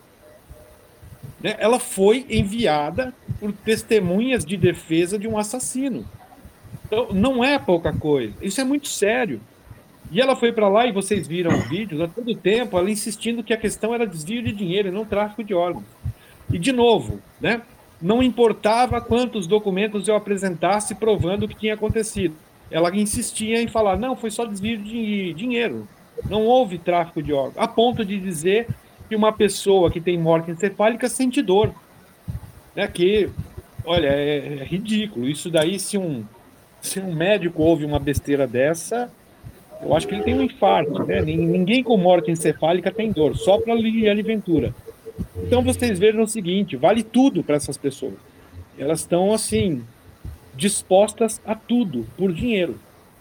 Né? Ela foi enviada por testemunhas de defesa de um assassino. Então, não é pouca coisa. Isso é muito sério. E ela foi para lá, e vocês viram os vídeos, a todo tempo, ela insistindo que a questão era desvio de dinheiro e não tráfico de órgãos. E, de novo, né? Não importava quantos documentos eu apresentasse provando o que tinha acontecido. Ela insistia em falar, não, foi só desvio de dinheiro. Não houve tráfico de órgãos. A ponto de dizer que uma pessoa que tem morte encefálica sente dor. Né? Que, olha, é, é ridículo. Isso daí, se um, se um médico ouve uma besteira dessa, eu acho que ele tem um infarto. Né? Ninguém com morte encefálica tem dor, só para Liliane Ventura. Então vocês vejam o seguinte, vale tudo para essas pessoas. Elas estão, assim, dispostas a tudo, por dinheiro.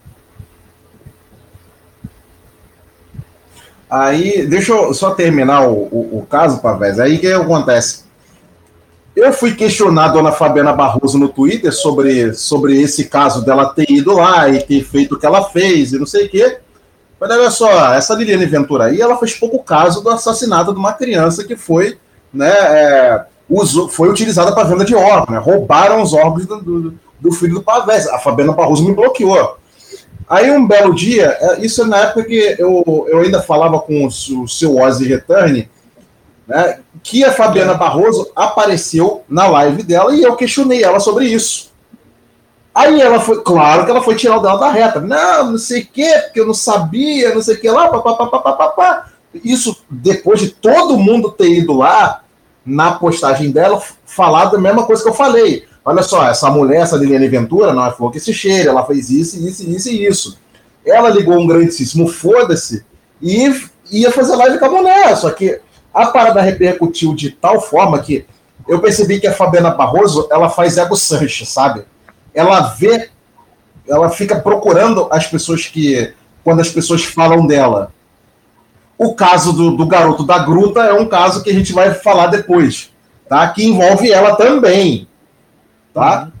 Aí, deixa eu só terminar o, o, o caso, Pavés. Aí o que acontece? Eu fui questionar a dona Fabiana Barroso no Twitter sobre, sobre esse caso dela ter ido lá e ter feito o que ela fez e não sei o quê. Mas olha só, essa Liliane Ventura aí, ela fez pouco caso do assassinato de uma criança que foi, né, é, usou, foi utilizada para venda de órgãos, né? Roubaram os órgãos do, do, do filho do Pavés. A Fabiana Barroso me bloqueou. Aí um belo dia, isso é na época que eu, eu ainda falava com o, o seu Ozzy Return, né, que a Fabiana Barroso apareceu na live dela e eu questionei ela sobre isso. Aí ela foi, claro que ela foi tirar o dela da reta. Não, não sei o quê, porque eu não sabia, não sei o que lá, papapá. Isso depois de todo mundo ter ido lá, na postagem dela, falar da mesma coisa que eu falei. Olha só, essa mulher, essa Liliane Ventura, não é flor que se cheira, ela fez isso, isso, isso e isso. Ela ligou um grandíssimo foda-se e ia fazer live com a mulher, só que a parada repercutiu de tal forma que eu percebi que a Fabiana Barroso, ela faz ego Sanches, sabe? Ela vê, ela fica procurando as pessoas que, quando as pessoas falam dela. O caso do, do garoto da gruta é um caso que a gente vai falar depois, tá? Que envolve ela também, tá? Uhum.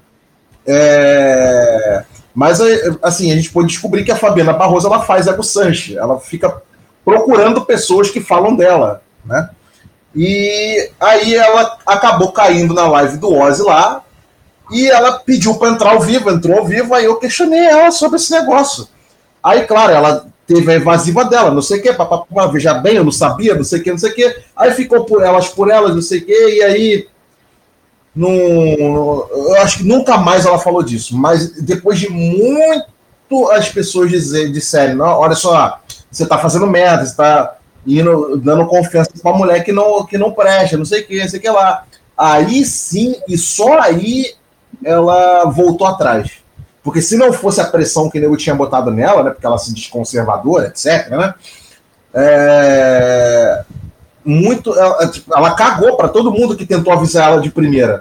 É... Mas, assim, a gente pode descobrir que a Fabiana Barroso, ela faz ego Sanches, ela fica procurando pessoas que falam dela, né? E aí ela acabou caindo na live do Ozzy lá, e ela pediu para entrar ao vivo, entrou ao vivo, aí eu questionei ela sobre esse negócio. Aí, claro, ela teve a evasiva dela, não sei o quê, papapá, veja bem, eu não sabia, não sei o quê, não sei o quê. Aí ficou por elas, por elas, não sei o quê, e aí não, eu acho que nunca mais ela falou disso, mas depois de muito as pessoas dizer, disserem, não, olha só, você tá fazendo merda, você tá indo, dando confiança pra uma mulher que não, que não presta, não sei o quê, não sei o que lá. Aí sim, e só aí ela voltou atrás. Porque se não fosse a pressão que o nego tinha botado nela, né, porque ela se diz conservadora, etcétera, né, é, muito, ela, ela cagou para todo mundo que tentou avisar ela de primeira.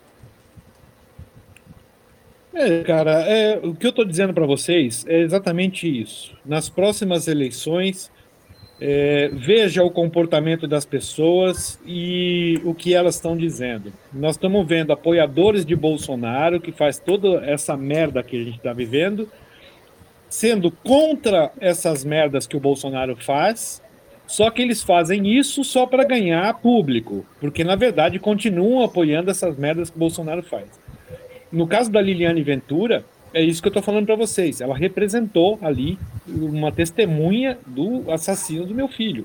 É, cara, é, o que eu estou dizendo para vocês é exatamente isso. Nas próximas eleições, É, veja o comportamento das pessoas e o que elas estão dizendo. Nós estamos vendo apoiadores de Bolsonaro, que faz toda essa merda que a gente está vivendo, sendo contra essas merdas que o Bolsonaro faz, só que eles fazem isso só para ganhar público, porque na verdade continuam apoiando essas merdas que o Bolsonaro faz. No caso da Liliane Ventura, é isso que eu estou falando para vocês. Ela representou ali uma testemunha do assassino do meu filho.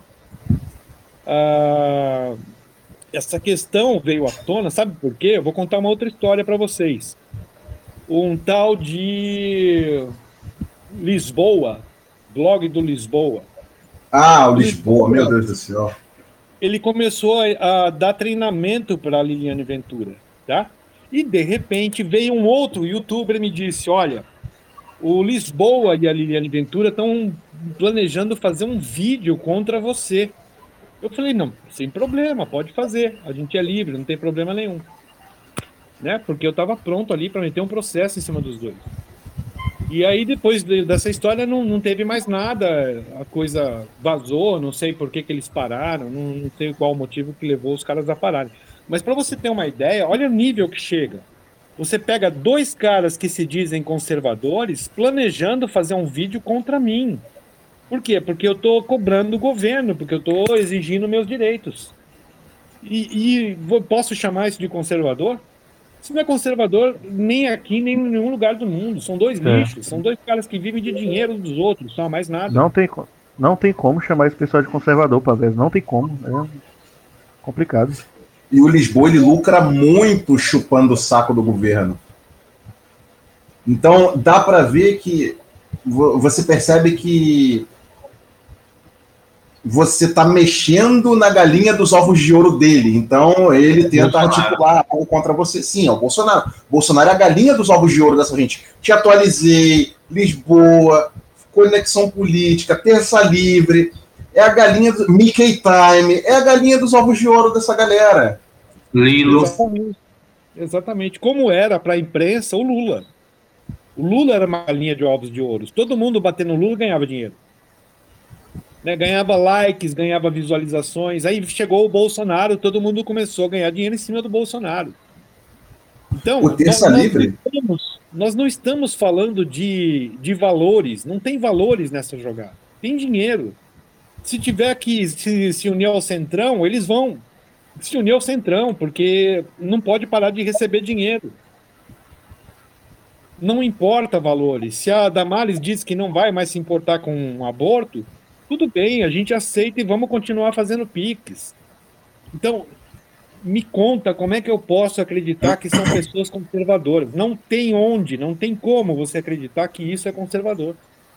Ah, essa questão veio à tona, sabe por quê? Eu vou contar uma outra história para vocês. Um tal de Lisboa, blog do Lisboa. Ah, o Lisboa, meu Deus do céu. Ele começou a, a dar treinamento para a Liliane Ventura, tá? E, de repente, veio um outro youtuber e me disse, olha, o Lisboa e a Liliane Ventura estão planejando fazer um vídeo contra você. Eu falei, não, sem problema, pode fazer. A gente é livre, não tem problema nenhum. Né? Porque eu estava pronto ali para meter um processo em cima dos dois. E aí, depois de, dessa história, não, não teve mais nada. A coisa vazou, não sei por que, que eles pararam, não, não sei qual o motivo que levou os caras a pararem. Mas para você ter uma ideia, olha o nível que chega. Você pega dois caras que se dizem conservadores planejando fazer um vídeo contra mim. Por quê? Porque eu estou cobrando o governo, porque eu estou exigindo meus direitos. E, e vou, posso chamar isso de conservador? Isso não é conservador nem aqui, nem em nenhum lugar do mundo. São dois É. lixos, são dois caras que vivem de dinheiro dos outros, só mais nada. Não tem, co- não tem como chamar esse pessoal de conservador, Pavés. Não tem como. É complicado. E o Lisboa, ele lucra muito chupando o saco do governo. Então, dá para ver que vo- você percebe que você está mexendo na galinha dos ovos de ouro dele. Então, ele tenta Bolsonaro. articular algo contra você. Sim, é o Bolsonaro. Bolsonaro é a galinha dos ovos de ouro dessa gente. Te atualizei, Lisboa, Conexão Política, Terça Livre. É a galinha do Mickey Time. É a galinha dos ovos de ouro dessa galera. Lilo. Exatamente. Exatamente. Como era para a imprensa o Lula. O Lula era uma galinha de ovos de ouro. Todo mundo batendo no Lula ganhava dinheiro. Né? Ganhava likes, ganhava visualizações. Aí chegou o Bolsonaro, todo mundo começou a ganhar dinheiro em cima do Bolsonaro. Então, O Terça nós, Livre? Nós, não estamos, nós não estamos falando de, de valores. Não tem valores nessa jogada. Tem dinheiro. Se tiver que se, se unir ao Centrão, eles vão se unir ao Centrão, porque não pode parar de receber dinheiro. Não importa valores. Se a Damares diz que não vai mais se importar com um aborto, tudo bem, a gente aceita e vamos continuar fazendo piques. Então, me conta como é que eu posso acreditar que são pessoas conservadoras. Não tem onde, não tem como você acreditar que isso é conservador.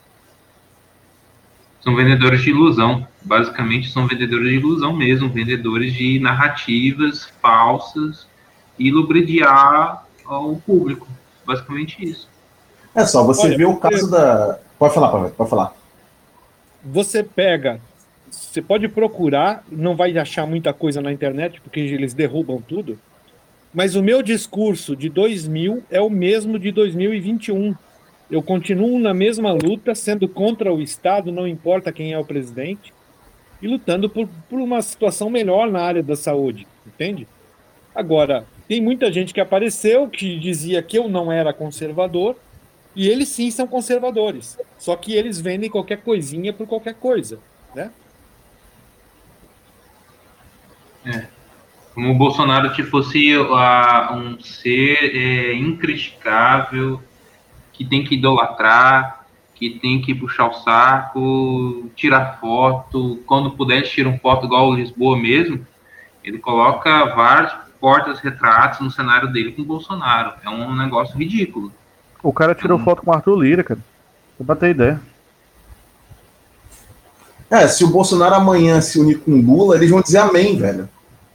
São vendedores de ilusão. Basicamente, são vendedores de ilusão mesmo. Vendedores de narrativas falsas e lubridiar o público. Basicamente isso. É só você Olha, ver o caso da... Pode falar, Pavel, pode falar. Você pega, você pode procurar, não vai achar muita coisa na internet, porque eles derrubam tudo, mas o meu discurso de dois mil é o mesmo de dois mil e vinte e um. Eu continuo na mesma luta, sendo contra o Estado, não importa quem é o presidente, e lutando por, por uma situação melhor na área da saúde, entende? Agora, tem muita gente que apareceu, que dizia que eu não era conservador, e eles sim são conservadores, só que eles vendem qualquer coisinha por qualquer coisa, né? É. Como o Bolsonaro se fosse uh, um ser é, incriticável, que tem que idolatrar, que tem que puxar o saco, tirar foto. Quando puder, tira uma foto igual o Lisboa mesmo. Ele coloca vários portas-retratos no cenário dele com o Bolsonaro. É um negócio ridículo. O cara tirou Hum. foto com o Arthur Lira, cara. Pra bater ideia. É, se o Bolsonaro amanhã se unir com o Lula, eles vão dizer amém, velho.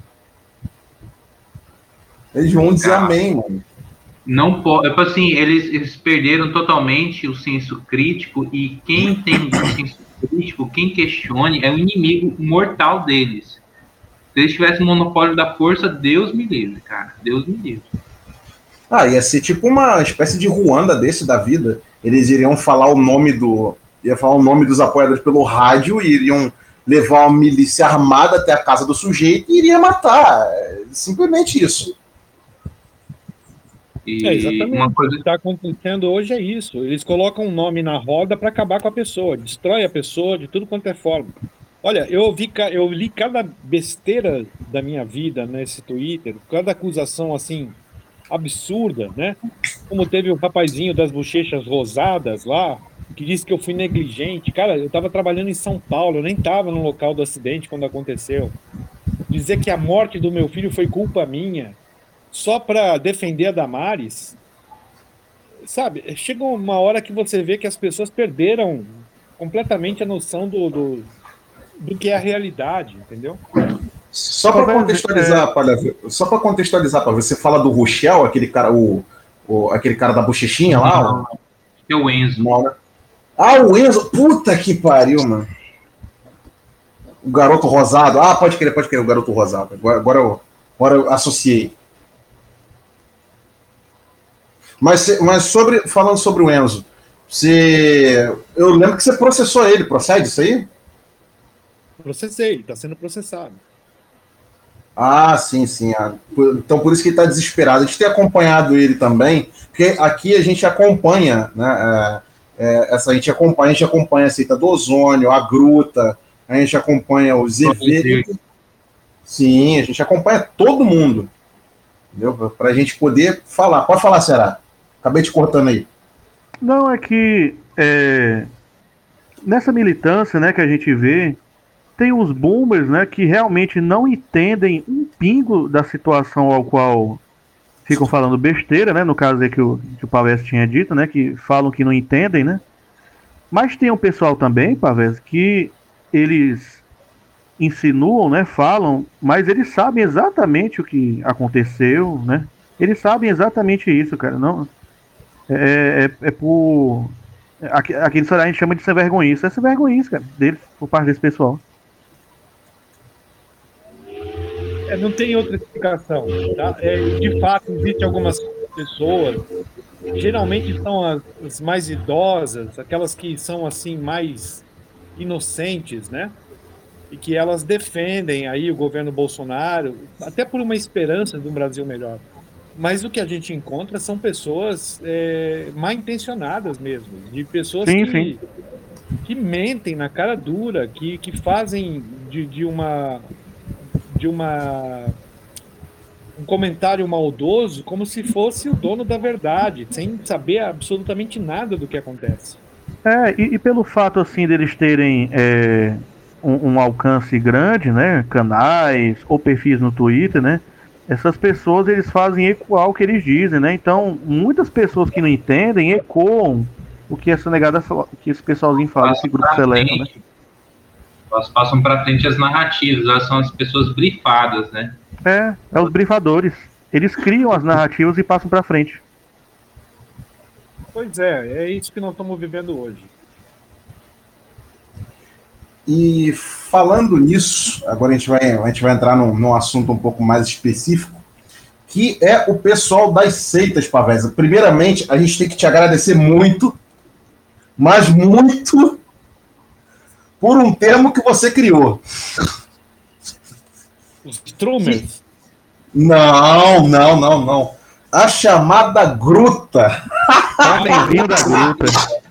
Eles vão dizer Ah. amém, mano. Não pode, tipo assim, eles, eles perderam totalmente o senso crítico, e quem tem o senso crítico, quem questione, é o inimigo mortal deles. Se eles tivessem o monopólio da força, Deus me livre, cara. Deus me livre. Ah, ia ser tipo uma espécie de Ruanda desse da vida. Eles iriam falar o nome do... Ia falar o nome dos apoiadores pelo rádio e iriam levar uma milícia armada até a casa do sujeito e iria matar. É simplesmente isso. E é exatamente. Uma coisa que está acontecendo hoje é isso. Eles colocam um nome na roda para acabar com a pessoa, destrói a pessoa de tudo quanto é forma. Olha, eu, vi, eu li cada besteira da minha vida nesse Twitter, cada acusação assim absurda, né? Como teve o rapazinho das bochechas rosadas lá, que disse que eu fui negligente. Cara, eu estava trabalhando em São Paulo, eu nem estava no local do acidente quando aconteceu. Dizer que a morte do meu filho foi culpa minha, só para defender a Damares, sabe? Chega uma hora que você vê que as pessoas perderam completamente a noção do, do, do que é a realidade, entendeu? Só para contextualizar, é... para só para contextualizar, para você fala do Rochelle, aquele cara, o, o aquele cara da bochechinha lá, é o Enzo. Mora. Ah, o Enzo, puta que pariu, mano. O garoto rosado. Ah, pode crer, pode crer, o garoto rosado. Agora, agora, eu, agora eu associei. Mas, mas sobre, falando sobre o Enzo, você, eu lembro que você processou ele, procede isso aí? Processei, está sendo processado. Ah, sim, sim. Então por isso que ele está desesperado. A gente tem acompanhado ele também, porque aqui a gente acompanha, né? É, é, essa, a gente acompanha, a gente acompanha a seita do ozônio, a gruta, a gente acompanha o Z V. Sim, a gente acompanha todo mundo. Para a gente poder falar. Pode falar, Será? Acabei te cortando aí. Não, é que é, nessa militância, né, que a gente vê, tem os boomers, né, que realmente não entendem um pingo da situação ao qual ficam falando besteira, né, no caso aí que o, que o Pavés tinha dito, né, que falam que não entendem, né. Mas tem um pessoal também, Pavés, que eles insinuam, né, falam, mas eles sabem exatamente o que aconteceu, né. Eles sabem exatamente isso, cara. Não, é, é, é por... Aqui, aqui a gente chama de sem vergonhice. É sem vergonhice, cara, deles, por parte desse pessoal. É, não tem outra explicação, tá? É, de fato, existem algumas pessoas, geralmente são as, as mais idosas, aquelas que são, assim, mais inocentes, né? E que elas defendem aí o governo Bolsonaro, até por uma esperança de um Brasil melhor. Mas o que a gente encontra são pessoas é, mal intencionadas mesmo, de pessoas sim, que, sim. que mentem na cara dura, que, que fazem de, de uma de uma um comentário maldoso como se fosse o dono da verdade, sem saber absolutamente nada do que acontece. É, e, e pelo fato assim deles terem é, um, um alcance grande, né, canais ou perfis no Twitter, né, essas pessoas eles fazem ecoar o que eles dizem, né? Então, muitas pessoas que não entendem ecoam o que essa negada, o que esse pessoalzinho fala, esse grupo seleto, né? Elas passam para frente as narrativas, elas são as pessoas brifadas, né? É, é os brifadores. Eles criam as narrativas e passam para frente. Pois é, é isso que nós estamos vivendo hoje. E falando nisso, agora a gente vai, a gente vai entrar num, num assunto um pouco mais específico, que é o pessoal das seitas, Pavés. Primeiramente, a gente tem que te agradecer muito, mas muito, por um termo que você criou. Os Trumers? Não, não, não, não. A chamada gruta. Bem-vindo da gruta.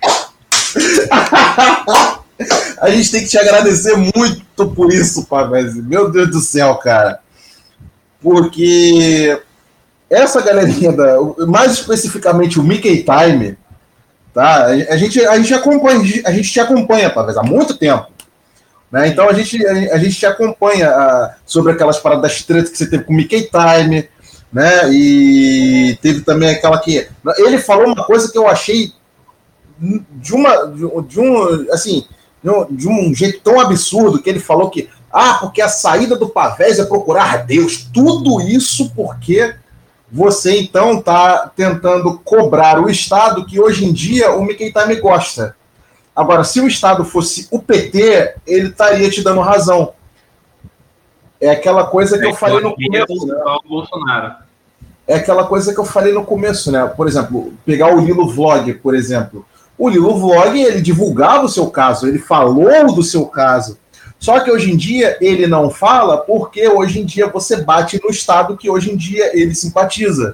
A gente tem que te agradecer muito por isso, Pavés. Meu Deus do céu, cara. Porque essa galerinha, da, mais especificamente o Mickey Time, tá? A gente, a gente acompanha, a gente te acompanha, Pavés, há muito tempo. Né? Então a gente, a gente te acompanha a, sobre aquelas paradas das tretas que você teve com o Mickey Time, né? E teve também aquela que. Ele falou uma coisa que eu achei de uma. De um. Assim. De um jeito tão absurdo que ele falou que, ah, porque a saída do Pavés é procurar Deus. Tudo isso porque você, então, está tentando cobrar o Estado que hoje em dia o Mickey Time gosta. Agora, se o Estado fosse o P T, ele estaria te dando razão. É aquela coisa que é eu falei no começo, né? Bolsonaro. É aquela coisa que eu falei no começo, né? Por exemplo, pegar o Lilo Vlog, por exemplo. O Lilo Vlog, ele divulgava o seu caso, ele falou do seu caso. Só que hoje em dia ele não fala porque hoje em dia você bate no Estado que hoje em dia ele simpatiza.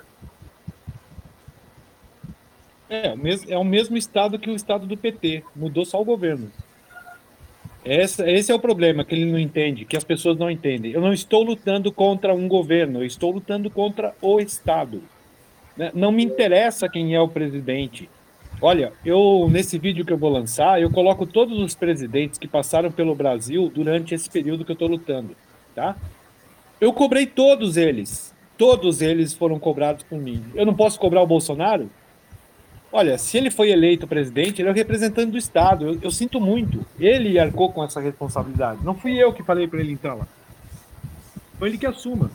É, o mesmo, é o mesmo Estado que o Estado do P T. Mudou só o governo. Esse, esse é o problema que ele não entende, que as pessoas não entendem. Eu não estou lutando contra um governo, eu estou lutando contra o Estado. Né? Não me interessa quem é o presidente. Olha, eu nesse vídeo que eu vou lançar, eu coloco todos os presidentes que passaram pelo Brasil durante esse período que eu estou lutando, tá? Eu cobrei todos eles. Todos eles foram cobrados por mim. Eu não posso cobrar o Bolsonaro? Olha, se ele foi eleito presidente, ele é o representante do Estado. Eu, eu sinto muito. Ele arcou com essa responsabilidade. Não fui eu que falei para ele entrar lá. Foi ele que assuma.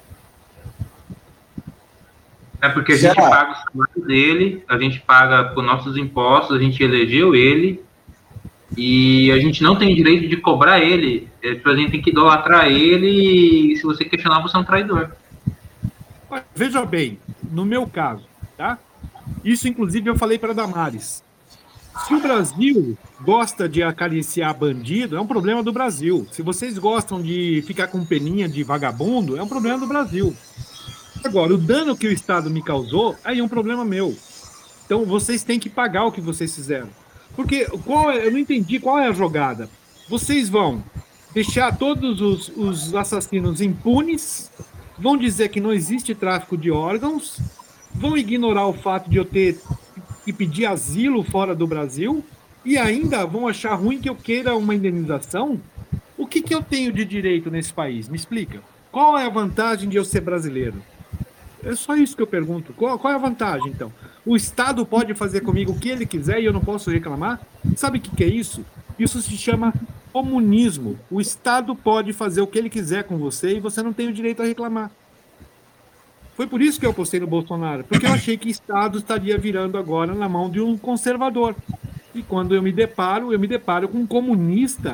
É porque a gente Já. paga o salário dele, a gente paga por nossos impostos, a gente elegeu ele, e a gente não tem direito de cobrar ele. É, a gente tem que idolatrar ele, e se você questionar, você é um traidor. Veja bem, no meu caso, tá? Isso, inclusive, eu falei para Damares. Se o Brasil gosta de acariciar bandido, é um problema do Brasil. Se vocês gostam de ficar com peninha de vagabundo, é um problema do Brasil. Agora, o dano que o Estado me causou, aí é um problema meu. Então, vocês têm que pagar o que vocês fizeram. Porque qual é, eu não entendi qual é a jogada. Vocês vão deixar todos os, os assassinos impunes, vão dizer que não existe tráfico de órgãos, vão ignorar o fato de eu ter que pedir asilo fora do Brasil e ainda vão achar ruim que eu queira uma indenização? O que, que eu tenho de direito nesse país? Me explica. Qual é a vantagem de eu ser brasileiro? É só isso que eu pergunto. Qual, qual é a vantagem, então? O Estado pode fazer comigo o que ele quiser e eu não posso reclamar? Sabe o que, que é isso? Isso se chama comunismo. O Estado pode fazer o que ele quiser com você e você não tem o direito a reclamar. Foi por isso que eu postei no Bolsonaro, porque eu achei que o Estado estaria virando agora na mão de um conservador. E quando eu me deparo, eu me deparo com um comunista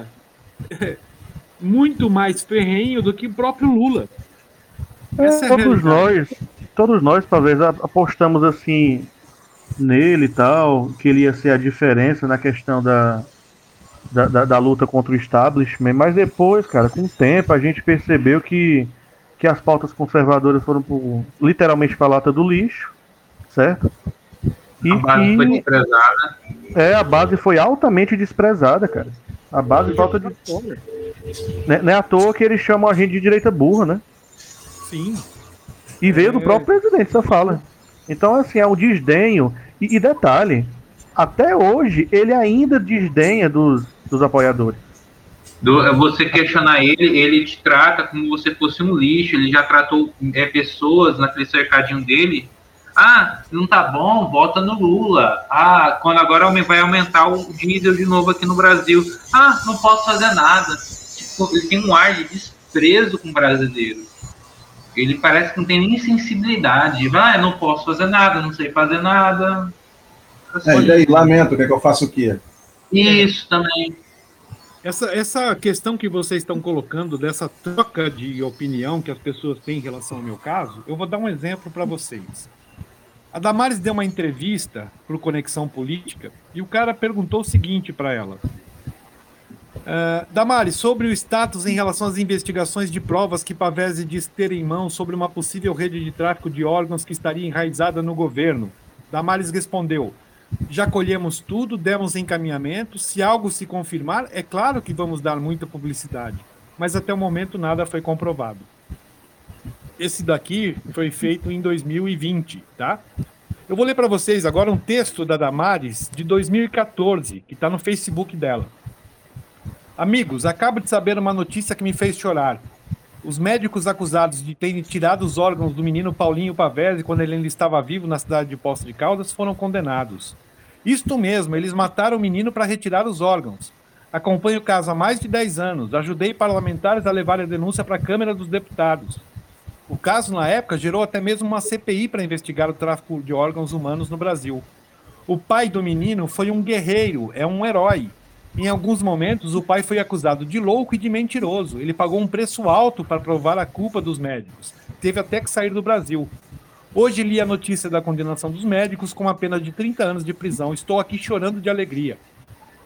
muito mais ferrenho do que o próprio Lula. Essa é, todos nós, todos nós talvez apostamos assim nele e tal, que ele ia ser a diferença na questão da, da, da, da luta contra o establishment, mas depois, cara, com o tempo a gente percebeu que, que as pautas conservadoras foram por, literalmente para a lata do lixo, certo? E a base que, foi desprezada. É, a base foi altamente desprezada, cara. A base falta de... Não é à toa que eles chamam a gente de direita burra, né? Sim. E veio é... do próprio presidente, essa fala. Então, assim, é um desdenho. E, e detalhe, até hoje, ele ainda desdenha dos, dos apoiadores. Do, você questionar ele, ele te trata como se você fosse um lixo. Ele já tratou é, pessoas naquele cercadinho dele. Ah, não tá bom, vota no Lula. Ah, quando agora vai aumentar o diesel de novo aqui no Brasil. Ah, não posso fazer nada. Tipo, ele tem um ar de desprezo com o brasileiro. Ele parece que não tem nem sensibilidade. Ah, não posso fazer nada, não sei fazer nada. Assim, é, e aí, lamento, quer que eu faça o quê? Isso é. também. Essa, essa questão que vocês estão colocando, dessa troca de opinião que as pessoas têm em relação ao meu caso, eu vou dar um exemplo para vocês. A Damares deu uma entrevista para o Conexão Política e o cara perguntou o seguinte para ela. Uh, Damares, sobre o status em relação às investigações de provas que Pavese diz ter em mão sobre uma possível rede de tráfico de órgãos que estaria enraizada no governo. Damares respondeu, já colhemos tudo, demos encaminhamento, se algo se confirmar, é claro que vamos dar muita publicidade, mas até o momento nada foi comprovado. Esse daqui foi feito em dois mil e vinte, tá? Eu vou ler para vocês agora um texto da Damares de dois mil e quatorze, que está no Facebook dela. Amigos, acabo de saber uma notícia que me fez chorar. Os médicos acusados de terem tirado os órgãos do menino Paulinho Pavese quando ele ainda estava vivo na cidade de Poços de Caldas foram condenados. Isto mesmo, eles mataram o menino para retirar os órgãos. Acompanho o caso há mais de dez anos, ajudei parlamentares a levar a denúncia para a Câmara dos Deputados. O caso, na época, gerou até mesmo uma C P I para investigar o tráfico de órgãos humanos no Brasil. O pai do menino foi um guerreiro, é um herói. Em alguns momentos, o pai foi acusado de louco e de mentiroso. Ele pagou um preço alto para provar a culpa dos médicos. Teve até que sair do Brasil. Hoje li a notícia da condenação dos médicos com uma pena de trinta anos de prisão. Estou aqui chorando de alegria.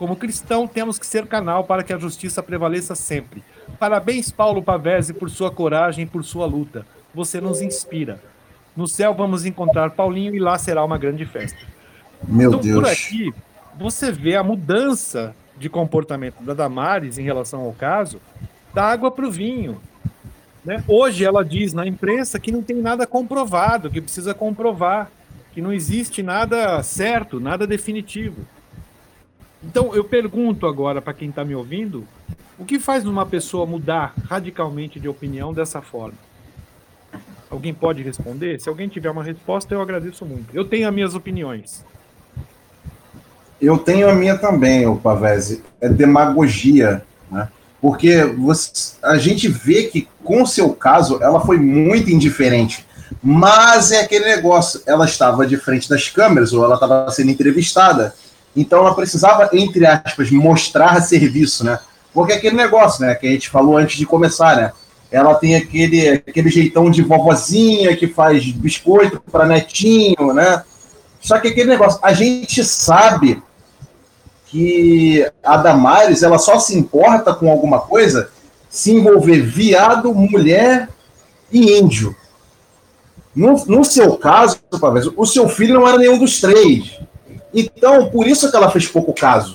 Como cristão, temos que ser canal para que a justiça prevaleça sempre. Parabéns, Paulo Pavese, por sua coragem e por sua luta. Você nos inspira. No céu vamos encontrar Paulinho e lá será uma grande festa. Meu então, Deus. Por aqui, você vê a mudança de comportamento da Damares em relação ao caso, da água para o vinho. Né? Hoje ela diz na imprensa que não tem nada comprovado, que precisa comprovar, que não existe nada certo, nada definitivo. Então, eu pergunto agora para quem está me ouvindo, o que faz uma pessoa mudar radicalmente de opinião dessa forma? Alguém pode responder? Se alguém tiver uma resposta, eu agradeço muito. Eu tenho as minhas opiniões. Eu tenho a minha também, o Pavese. É demagogia, né? Porque você, a gente vê que, com o seu caso, ela foi muito indiferente. Mas é aquele negócio, ela estava de frente das câmeras, ou ela estava sendo entrevistada, então ela precisava, entre aspas, mostrar serviço, né? Porque é aquele negócio, né, que a gente falou antes de começar, né? Ela tem aquele, aquele jeitão de vovozinha que faz biscoito para netinho, né? Só que aquele negócio, a gente sabe que a Damares, ela só se importa com alguma coisa se envolver viado, mulher e índio. No, no seu caso, o seu filho não era nenhum dos três. Então, por isso que ela fez pouco caso.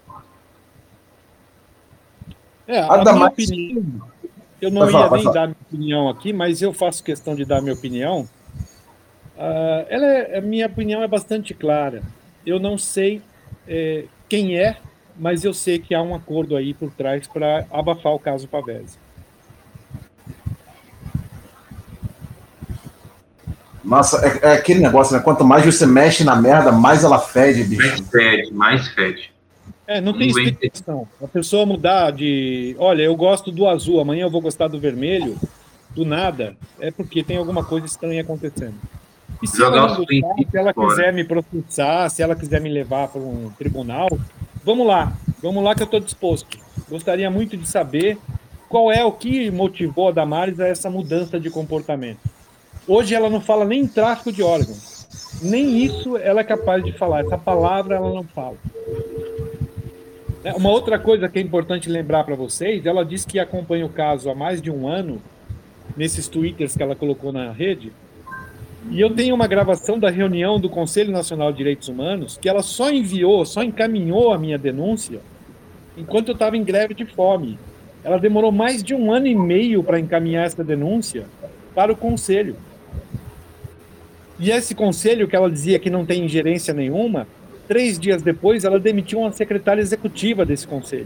É, a, a minha opinião, eu não ia nem dar minha opinião aqui, mas eu faço questão de dar minha opinião. Uh, ela é, a minha opinião é bastante clara. Eu não sei é, quem é, mas eu sei que há um acordo aí por trás para abafar o caso Pavese. Nossa, é, é aquele negócio, né? Quanto mais você mexe na merda, mais ela fede, bicho. Mais fede, mais fede. É, não tem explicação. A pessoa mudar de... Olha, eu gosto do azul, amanhã eu vou gostar do vermelho, do nada, é porque tem alguma coisa estranha acontecendo. E se ela, gostar, se ela quiser me processar, se ela quiser me levar para um tribunal, vamos lá, vamos lá que eu estou disposto. Gostaria muito de saber qual é o que motivou a Damares a essa mudança de comportamento. Hoje ela não fala nem em tráfico de órgãos. Nem isso ela é capaz de falar. Essa palavra ela não fala. Uma outra coisa que é importante lembrar para vocês, ela disse que acompanha o caso há mais de um ano, nesses twitters que ela colocou na rede, e eu tenho uma gravação da reunião do Conselho Nacional de Direitos Humanos, que ela só enviou, só encaminhou a minha denúncia, enquanto eu estava em greve de fome. Ela demorou mais de um ano e meio para encaminhar essa denúncia para o Conselho. E esse Conselho, que ela dizia que não tem ingerência nenhuma, três dias depois ela demitiu uma secretária executiva desse Conselho.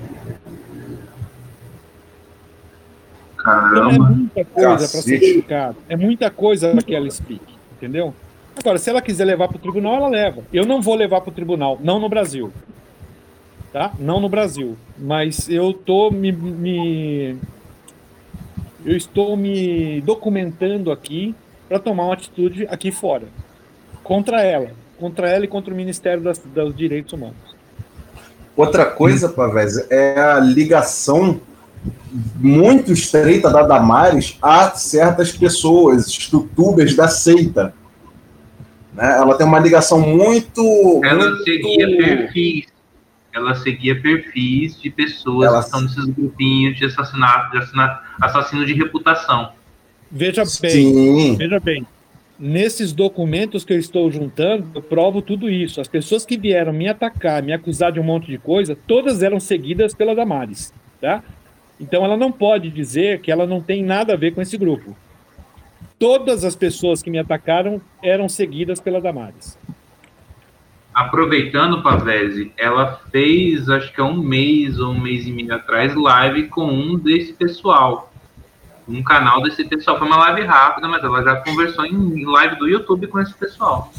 Caramba. Então é muita coisa para ser explicado. É muita coisa para que ela explique, entendeu? Agora, se ela quiser levar para o tribunal, ela leva. Eu não vou levar para o tribunal, não no Brasil. Tá? Não no Brasil. Mas eu tô me, me... eu estou me documentando aqui para tomar uma atitude aqui fora. Contra ela. Contra ela e contra o Ministério das, dos Direitos Humanos. Outra coisa, Pavese, é a ligação muito estreita da Damares a certas pessoas, youtubers da seita. Né? Ela tem uma ligação muito... Ela muito... seguia perfis. Ela seguia perfis de pessoas ela... que estão nesses grupinhos de assassinato, de assassinato, assassino de reputação. Veja bem, Sim. veja bem. Nesses documentos que eu estou juntando, eu provo tudo isso. As pessoas que vieram me atacar, me acusar de um monte de coisa, todas eram seguidas pela Damares, tá? Então ela não pode dizer que ela não tem nada a ver com esse grupo. Todas as pessoas que me atacaram eram seguidas pela Damares. Aproveitando, Pavese, ela fez, acho que há um mês ou um mês e meio atrás, live com um desse pessoal. Um canal desse pessoal. Foi uma live rápida, mas ela já conversou em live do YouTube com esse pessoal.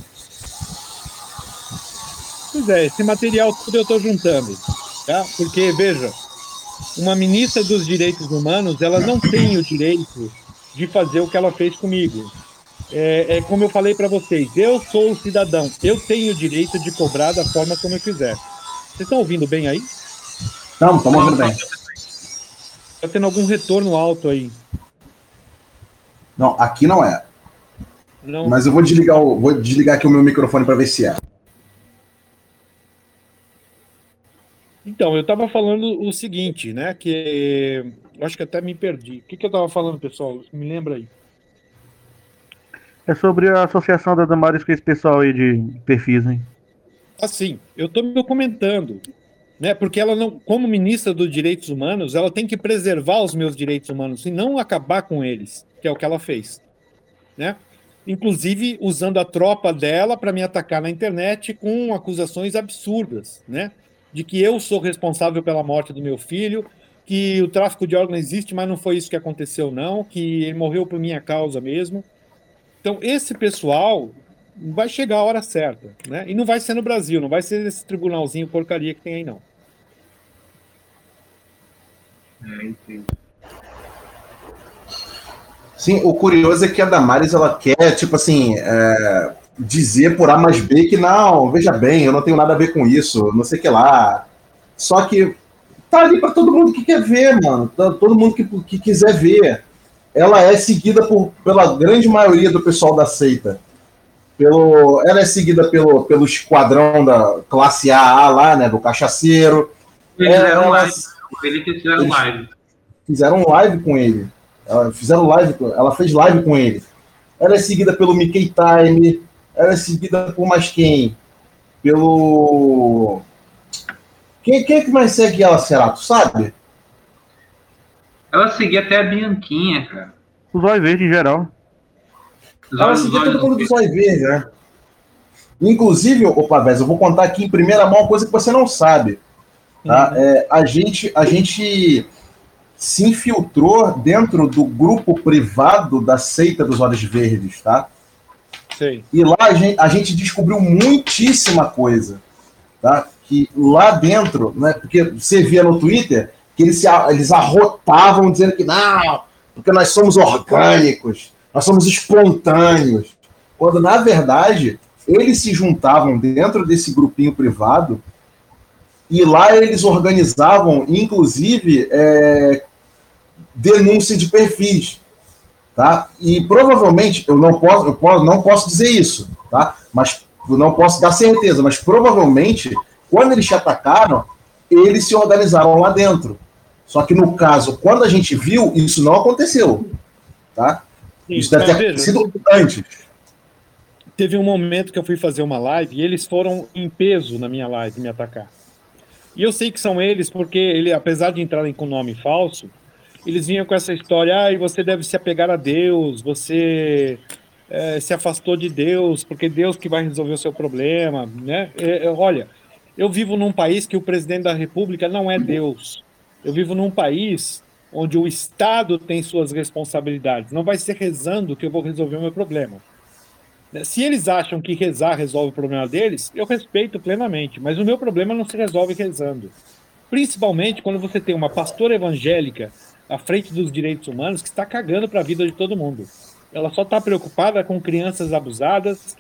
Pois é, esse material tudo eu estou juntando, tá? Porque, veja, uma ministra dos Direitos Humanos, ela não tem o direito de fazer o que ela fez comigo. É, é como eu falei para vocês, eu sou o cidadão, eu tenho o direito de cobrar da forma como eu quiser. Vocês estão ouvindo bem aí? Não, estamos ouvindo bem. Está tendo algum retorno alto aí? Não, aqui não é. Não. Mas eu vou desligar, o, vou desligar aqui o meu microfone para ver se é. Então, eu estava falando o seguinte, né? Que eu acho que até me perdi. O que, que eu estava falando, pessoal? Me lembra aí. É sobre a associação da Damares com esse pessoal aí de perfis, hein? Assim, eu estou me documentando, né? Porque ela não, como ministra dos Direitos Humanos, ela tem que preservar os meus direitos humanos e não acabar com eles, que é o que ela fez, né? Inclusive usando a tropa dela para me atacar na internet com acusações absurdas, né? De que eu sou responsável pela morte do meu filho, que o tráfico de órgãos existe, mas não foi isso que aconteceu, não, que ele morreu por minha causa mesmo. Então, esse pessoal vai chegar a hora certa, né? E não vai ser no Brasil, não vai ser esse tribunalzinho porcaria que tem aí, não. É, entendi. Sim, o curioso é que a Damares, ela quer, tipo assim, é, dizer por A mais B que não, veja bem, eu não tenho nada a ver com isso, não sei o que lá. Só que tá ali para todo mundo que quer ver, mano. Tá, todo mundo que, que quiser ver. Ela é seguida por, pela grande maioria do pessoal da seita. Pelo, ela é seguida pelo, pelo esquadrão da classe A A lá, né, do cachaceiro. Eles Ela- fizeram ela- live. Eles fizeram Eles- live. Fizeram live com ele. Ela, fizeram live, com- ela fez live com ele. Ela é seguida pelo Mickey Time. Ela é seguida por mais quem? Pelo. Quem, quem é que mais segue ela, será? Tu sabe? Ela seguia até a Bianquinha, cara. Os olhos verdes em geral. Os Ela olhos- seguia os todo olhos- mundo do Zóio Verde, né? Inclusive, ô Pavés, eu vou contar aqui em primeira mão uma coisa que você não sabe. Tá? É, a, gente, a gente se infiltrou dentro do grupo privado da seita dos Olhos Verdes, tá? Sei. E lá a gente, a gente descobriu muitíssima coisa, tá? Que lá dentro, né? Porque você via no Twitter que eles, se, eles arrotavam dizendo que não, porque nós somos orgânicos, nós somos espontâneos. Quando, na verdade, eles se juntavam dentro desse grupinho privado e lá eles organizavam, inclusive, é, denúncia de perfis. Tá? E provavelmente, eu não posso, eu posso, não posso dizer isso, tá? Mas eu não posso dar certeza, mas provavelmente, quando eles te atacaram, eles se organizaram lá dentro. Só que no caso, quando a gente viu, isso não aconteceu. Tá? Sim, Isso deve mas ter veja, sido antes. teve um momento que eu fui fazer uma live e eles foram em peso na minha live me atacar. E eu sei que são eles porque, ele, apesar de entrarem com nome falso, eles vinham com essa história, ah, você deve se apegar a Deus, você é, se afastou de Deus, porque Deus que vai resolver o seu problema, né? É, é, olha, eu vivo num país que o presidente da República não é Deus. Eu vivo num país onde o Estado tem suas responsabilidades. Não vai ser rezando que eu vou resolver o meu problema. Se eles acham que rezar resolve o problema deles, eu respeito plenamente, mas o meu problema não se resolve rezando. Principalmente quando você tem uma pastora evangélica à frente dos direitos humanos que está cagando para a vida de todo mundo. Ela só está preocupada com crianças abusadas,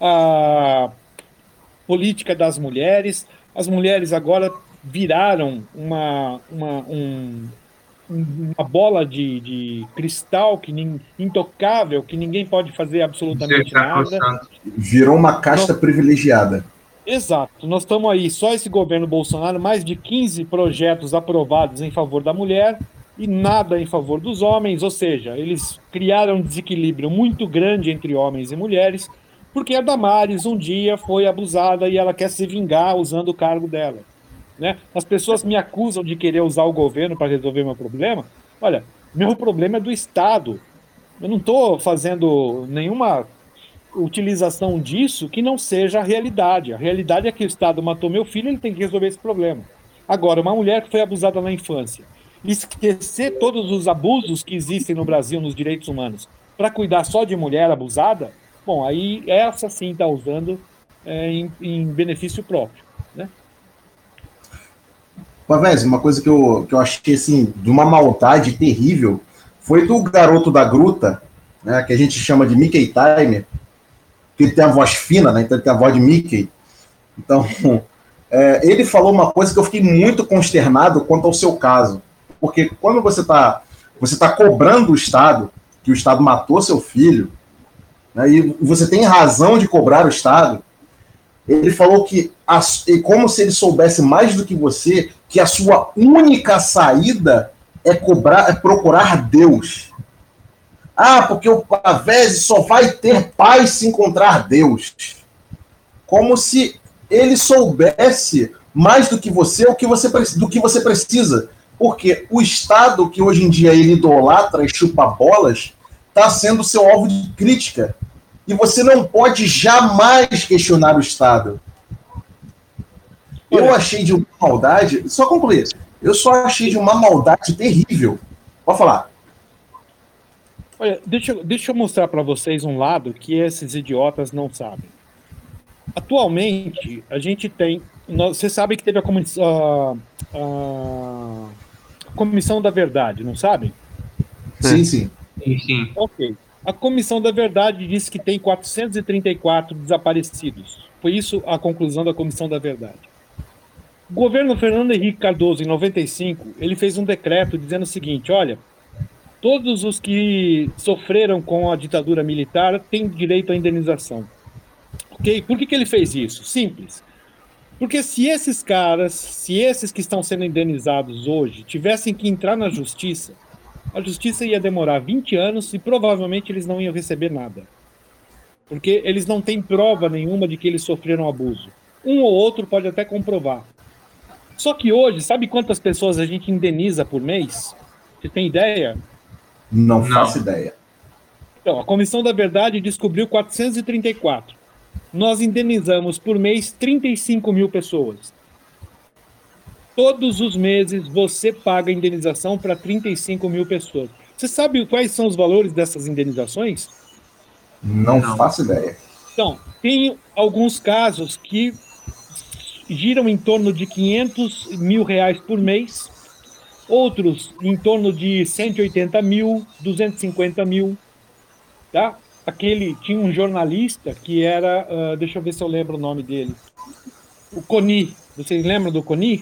a política das mulheres. As mulheres agora viraram uma, uma, um, uma bola de, de cristal que nin, intocável, que ninguém pode fazer absolutamente nada. Virou uma casta Não. privilegiada. Exato. Nós estamos aí, só esse governo Bolsonaro, mais de quinze projetos aprovados em favor da mulher e nada em favor dos homens, ou seja, eles criaram um desequilíbrio muito grande entre homens e mulheres, porque a Damares um dia foi abusada e ela quer se vingar usando o cargo dela. Né? As pessoas me acusam de querer usar o governo para resolver meu problema. Olha, meu problema é do Estado. Eu não estou fazendo nenhuma utilização disso que não seja a realidade. A realidade é que o Estado matou meu filho, ele tem que resolver esse problema. Agora, uma mulher que foi abusada na infância, esquecer todos os abusos que existem no Brasil nos direitos humanos para cuidar só de mulher abusada, bom, aí essa sim está usando é, em, em benefício próprio, né? Pavés, uma coisa que eu, que eu achei assim, de uma maldade terrível foi do garoto da gruta, né, que a gente chama de Mickey Time, que ele tem a voz fina, né, então ele tem a voz de Mickey. Então, é, ele falou uma coisa que eu fiquei muito consternado quanto ao seu caso. Porque quando você está você tá cobrando o Estado, que o Estado matou seu filho, né, e você tem razão de cobrar o Estado, Ele falou que, a, como se ele soubesse mais do que você, que a sua única saída é, cobrar, é procurar Deus. Ah, porque o Pavese só vai ter paz se encontrar Deus. Como se ele soubesse mais do que você, o que você do que você precisa. Porque o Estado, que hoje em dia ele idolatra e chupa bolas, está sendo seu alvo de crítica. E você não pode jamais questionar o Estado. Eu achei de uma maldade... Só concluir. Eu só achei de uma maldade terrível. Pode falar. Olha, deixa, eu- deixa eu mostrar para vocês um lado que esses idiotas não sabem. Atualmente, a gente tem... nós- Você sabe que teve a, comuni- a- a Comissão da Verdade, não sabe? Sim, sim. Sim, sim. Ok. A Comissão da Verdade disse que tem quatrocentos e trinta e quatro desaparecidos. Foi isso a conclusão da Comissão da Verdade. O governo Fernando Henrique Cardoso, em noventa e cinco, ele fez um decreto dizendo o seguinte, olha, todos os que sofreram com a ditadura militar têm direito à indenização. Ok? Por que que ele fez isso? Simples. Porque se esses caras, se esses que estão sendo indenizados hoje tivessem que entrar na justiça, a justiça ia demorar vinte anos e provavelmente eles não iam receber nada. Porque eles não têm prova nenhuma de que eles sofreram abuso. Um ou outro pode até comprovar. Só que hoje, sabe quantas pessoas a gente indeniza por mês? Você tem ideia? Não, Não. faço ideia. Então, a Comissão da Verdade descobriu quatrocentos e trinta e quatro. Nós indenizamos por mês trinta e cinco mil pessoas. Todos os meses você paga indenização para trinta e cinco mil pessoas. Você sabe quais são os valores dessas indenizações? Não, Não. faço ideia. Então, tem alguns casos que giram em torno de quinhentos mil reais por mês, outros em torno de cento e oitenta mil, duzentos e cinquenta mil, tá? Aquele, tinha um jornalista que era, ah, deixa eu ver se eu lembro o nome dele, o Coni. Vocês lembram do Coni?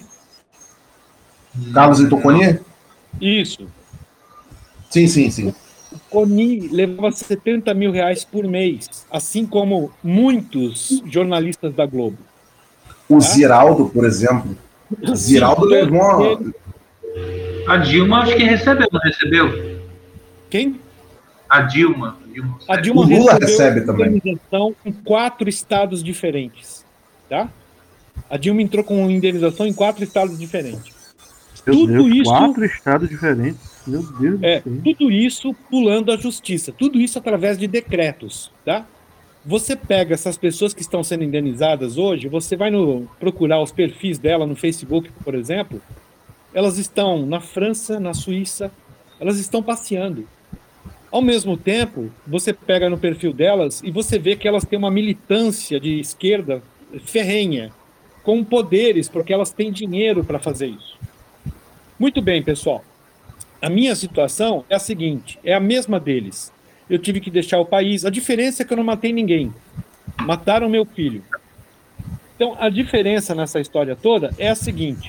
Carlos Itoconi? Isso. Sim, sim, sim. O Coni levava setenta mil reais por mês, assim como muitos jornalistas da Globo. O Ziraldo, por exemplo. O Ziraldo Sim, levou uma... ele- A Dilma acho que recebeu, não recebeu? Quem? A Dilma. A Dilma, A Dilma O Lula recebeu recebe também. indenização em quatro estados diferentes, tá? A Dilma entrou com indenização em quatro estados diferentes. Meu Tudo Deus, isso- quatro estados diferentes. Meu Deus É, do céu. tudo isso pulando a justiça, tudo isso através de decretos, tá? Você pega essas pessoas que estão sendo indenizadas hoje, você vai no, procurar os perfis dela no Facebook, por exemplo, elas estão na França, na Suíça, elas estão passeando. Ao mesmo tempo, você pega no perfil delas e você vê que elas têm uma militância de esquerda ferrenha, com poderes, porque elas têm dinheiro para fazer isso. Muito bem, pessoal. A minha situação é a seguinte, é a mesma deles. Eu tive que deixar o país. A diferença é que eu não matei ninguém. Mataram meu filho. Então, a diferença nessa história toda é a seguinte.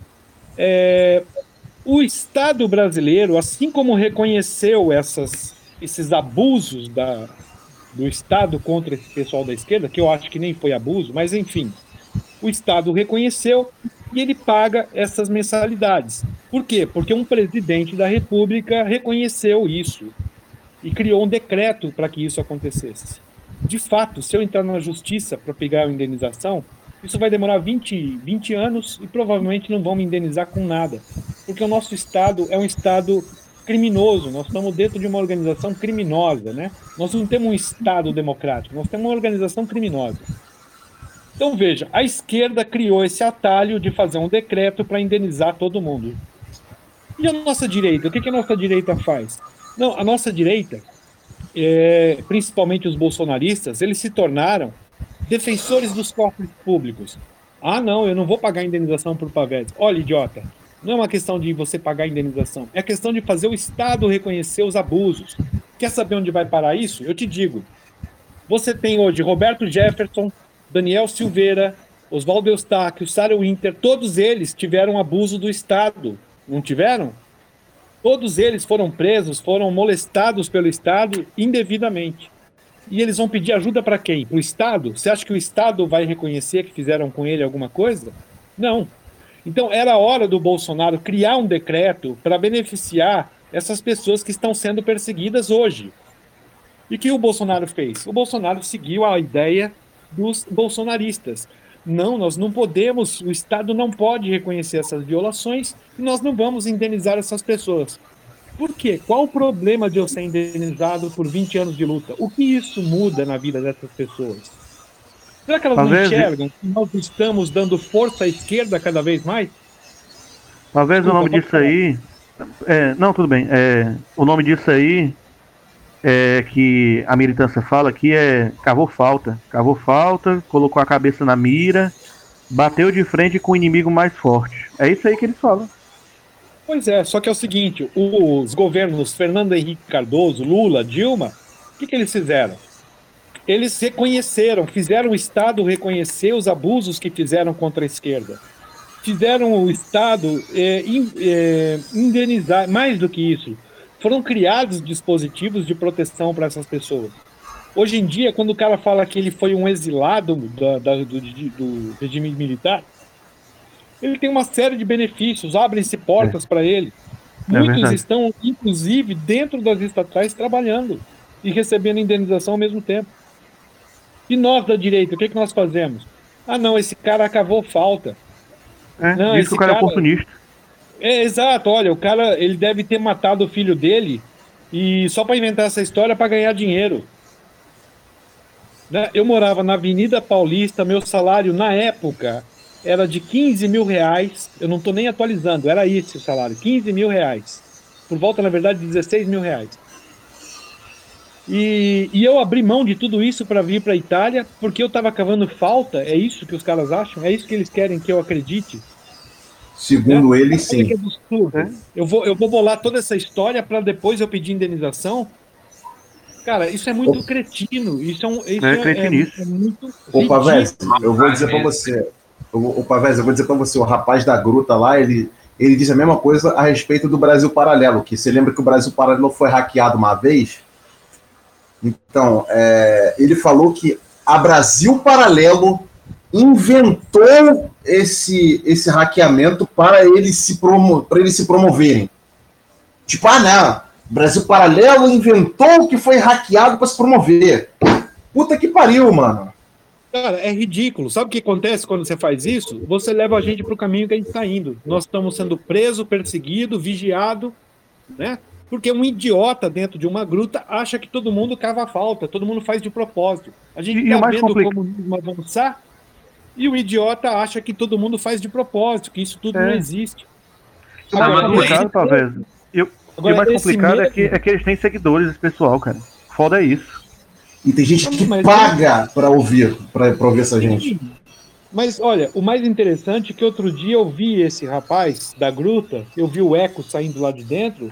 É, o Estado brasileiro, assim como reconheceu essas, esses abusos da, do Estado contra esse pessoal da esquerda, que eu acho que nem foi abuso, mas enfim, o Estado reconheceu e ele paga essas mensalidades. Por quê? Porque um presidente da República reconheceu isso e criou um decreto para que isso acontecesse. De fato, se eu entrar na justiça para pegar a indenização, isso vai demorar vinte, vinte anos e provavelmente não vão me indenizar com nada. Porque o nosso Estado é um Estado criminoso, nós estamos dentro de uma organização criminosa, né? Nós não temos um Estado democrático, nós temos uma organização criminosa. Então, veja, a esquerda criou esse atalho de fazer um decreto para indenizar todo mundo. E a nossa direita? O que, que a nossa direita faz? Não, a nossa direita, é, principalmente os bolsonaristas, eles se tornaram defensores dos cofres públicos. Ah, não, eu não vou pagar indenização por Pavese. Olha, idiota, não é uma questão de você pagar indenização, é questão de fazer o Estado reconhecer os abusos. Quer saber onde vai parar isso? Eu te digo. Você tem hoje Roberto Jefferson, Daniel Silveira, Oswaldo Eustáquio, Sarah Winter, todos eles tiveram abuso do Estado, não tiveram? Todos eles foram presos, foram molestados pelo Estado indevidamente. E eles vão pedir ajuda para quem? Para o Estado? Você acha que o Estado vai reconhecer que fizeram com ele alguma coisa? Não. Então, era hora do Bolsonaro criar um decreto para beneficiar essas pessoas que estão sendo perseguidas hoje. E o que o Bolsonaro fez? O Bolsonaro seguiu a ideia dos bolsonaristas. Não, nós não podemos, o Estado não pode reconhecer essas violações e nós não vamos indenizar essas pessoas. Por quê? Qual o problema de eu ser indenizado por vinte anos de luta? O que isso muda na vida dessas pessoas? Será que elas não enxergam que nós estamos dando força à esquerda cada vez mais? Talvez Desculpa, o nome disso aí... É, não, tudo bem. É, o nome disso aí é que a militância fala que é cavou falta. Cavou falta, colocou a cabeça na mira, bateu de frente com o inimigo mais forte. É isso aí que eles falam. Pois é, só que é o seguinte, os governos Fernando Henrique Cardoso, Lula, Dilma, o que, que eles fizeram? Eles reconheceram, fizeram o Estado reconhecer os abusos que fizeram contra a esquerda. Fizeram o Estado é, in, é, indenizar, mais do que isso, foram criados dispositivos de proteção para essas pessoas. Hoje em dia, quando o cara fala que ele foi um exilado da, da, do, do regime militar, ele tem uma série de benefícios, abrem-se portas é. para ele. É Muitos verdade. estão, inclusive, dentro das estatais trabalhando e recebendo indenização ao mesmo tempo. E nós da direita, o que, que nós fazemos? Ah, não, esse cara acabou falta. É, não, diz que o cara, cara é oportunista. É, exato, olha, o cara ele deve ter matado o filho dele e só para inventar essa história para ganhar dinheiro. Né? Eu morava na Avenida Paulista, meu salário na época era de quinze mil reais, eu não estou nem atualizando, era esse o salário, quinze mil reais. Por volta, na verdade, de dezesseis mil reais. E, e eu abri mão de tudo isso para vir para a Itália, porque eu estava cavando falta, é isso que os caras acham? É isso que eles querem que eu acredite? Segundo é, eles, sim. É eu, vou, eu vou bolar toda essa história para depois eu pedir indenização? Cara, isso é muito oh. cretino, isso é, um, isso é, é, é, é muito Ô, Pavés, eu vou dizer para você, o Pavés, eu vou dizer para você, o rapaz da gruta lá, ele, ele diz a mesma coisa a respeito do Brasil Paralelo, que você lembra que o Brasil Paralelo foi hackeado uma vez? Então, é, ele falou que a Brasil Paralelo inventou esse, esse hackeamento para eles, se promo, para eles se promoverem. Tipo, ah, não, Brasil Paralelo inventou que foi hackeado para se promover. Puta que pariu, mano. Cara, é ridículo. Sabe o que acontece quando você faz isso? Você leva a gente para o caminho que a gente está indo. Nós estamos sendo preso, perseguido, vigiado, né? Porque um idiota dentro de uma gruta acha que todo mundo cava falta, todo mundo faz de propósito. A gente está vendo complica... o comunismo avançar e o idiota acha que todo mundo faz de propósito, que isso tudo é. não existe. O mais complicado, talvez. E o mais complicado mesmo... é, que, é que eles têm seguidores, esse pessoal, cara. Foda é isso. E tem gente que mas, paga mas... para ouvir, para ouvir essa gente. Mas, olha, o mais interessante é que outro dia eu vi esse rapaz da gruta, eu vi o eco saindo lá de dentro,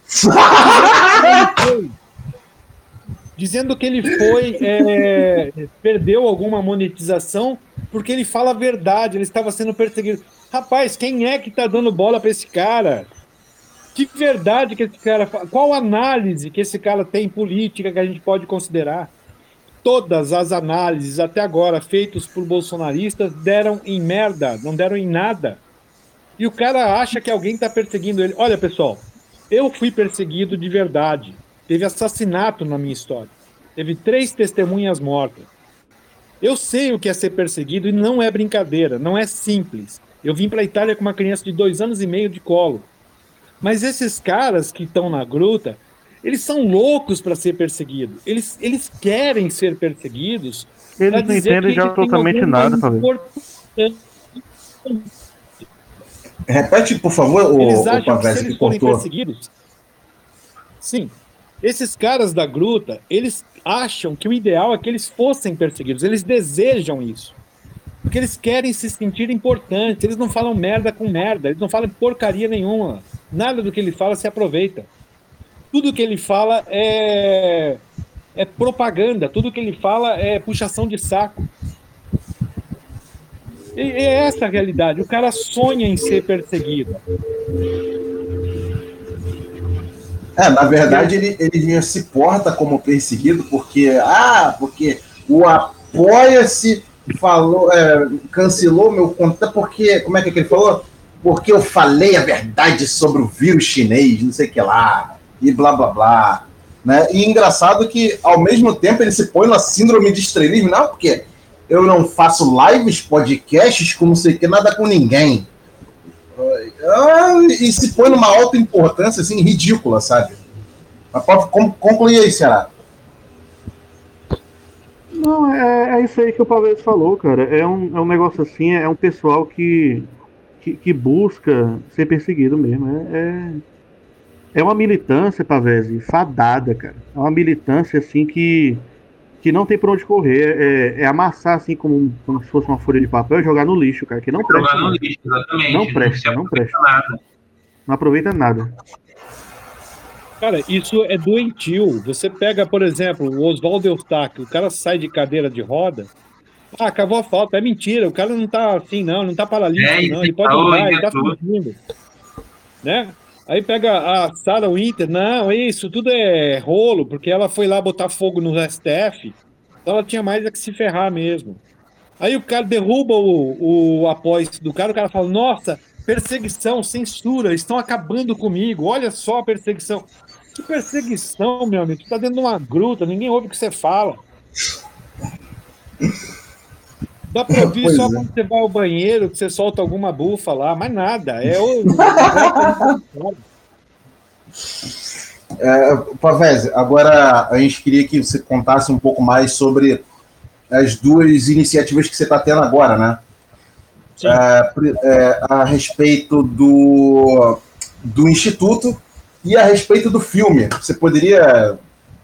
dizendo que ele foi é, perdeu alguma monetização porque ele fala a verdade, ele estava sendo perseguido. Rapaz, quem é que está dando bola para esse cara? Que verdade que esse cara fala? Qual análise que esse cara tem política que a gente pode considerar? Todas as análises até agora feitas por bolsonaristas deram em merda, não deram em nada. E o cara acha que alguém está perseguindo ele. Olha, pessoal, eu fui perseguido de verdade. Teve assassinato na minha história. Teve três testemunhas mortas. Eu sei o que é ser perseguido e não é brincadeira, não é simples. Eu vim para a Itália com uma criança de dois anos e meio de colo. Mas esses caras que estão na gruta, eles são loucos para ser perseguidos. Eles, eles querem ser perseguidos. Eles não entendem já absolutamente nada, talvez. Repete, por favor, o, eles acham o Pavés, que se eles que forem cortou. perseguidos... Sim. Esses caras da gruta, eles acham que o ideal é que eles fossem perseguidos. Eles desejam isso. Porque eles querem se sentir importantes. Eles não falam merda com merda. Eles não falam porcaria nenhuma. Nada do que ele fala se aproveita. Tudo que ele fala é, é propaganda. Tudo que ele fala é puxação de saco. E é essa a realidade. O cara sonha em ser perseguido. É, na verdade, ele, ele se porta como perseguido porque, ah, porque o Apoia-se falou, é, cancelou meu contato, porque, como é que, é que ele falou? Porque eu falei a verdade sobre o vírus chinês, não sei o que lá, e blá, blá, blá. Né? E engraçado que, ao mesmo tempo, ele se põe na síndrome de estrelismo, não, porque eu não faço lives, podcasts, com não sei o que, nada com ninguém. Ah, e se põe numa alta importância, assim, ridícula, sabe? Mas pode concluir aí, Ceará. Não, é, é isso aí que o Pavés falou, cara. É um, é um negócio assim, é um pessoal que, que, que busca ser perseguido mesmo. É, é, é uma militância, Pavés, fadada, cara. É uma militância assim que, que não tem por onde correr. É, é amassar assim como, como se fosse uma folha de papel e jogar no lixo, cara. Que não presta. Jogar no Não, lixo, exatamente. não presta, não não presta. Nada. Não aproveita nada. Cara, isso é doentio. Você pega, por exemplo, o Oswaldo Eustáquio, o cara sai de cadeira de roda. Ah, cavou a falta. É mentira, o cara não tá assim, não, não tá paralítico, É, não. Ele pode então, andar, ele tá inventou. fugindo. Né? Aí pega a Sarah Winter, não, isso tudo é rolo, porque ela foi lá botar fogo no S T F, então ela tinha mais é que se ferrar mesmo. Aí o cara derruba o, o apoio do cara, o cara fala, nossa, perseguição, censura, estão acabando comigo, olha só a perseguição. Que perseguição, meu amigo? Tu tá dentro de uma gruta, ninguém ouve o que você fala. Dá pra ouvir Pois só é. quando você vai ao banheiro, que você solta alguma bufa lá, mas nada. É o. É, Pavés, agora a gente queria que você contasse um pouco mais sobre as duas iniciativas que você está tendo agora, né? É, é, a respeito do, do Instituto e a respeito do filme. Você poderia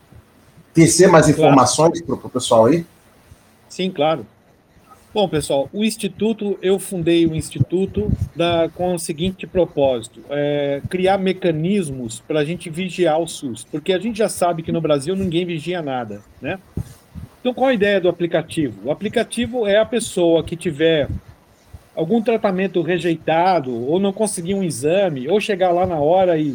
tecer mais informações para o pessoal aí? Sim, claro. Bom, pessoal, o Instituto, eu fundei o Instituto da, com o seguinte propósito, é, criar mecanismos para a gente vigiar o SUS, porque a gente já sabe que no Brasil ninguém vigia nada, né? Então, qual a ideia do aplicativo? O aplicativo é a pessoa que tiver algum tratamento rejeitado, ou não conseguir um exame, ou chegar lá na hora e,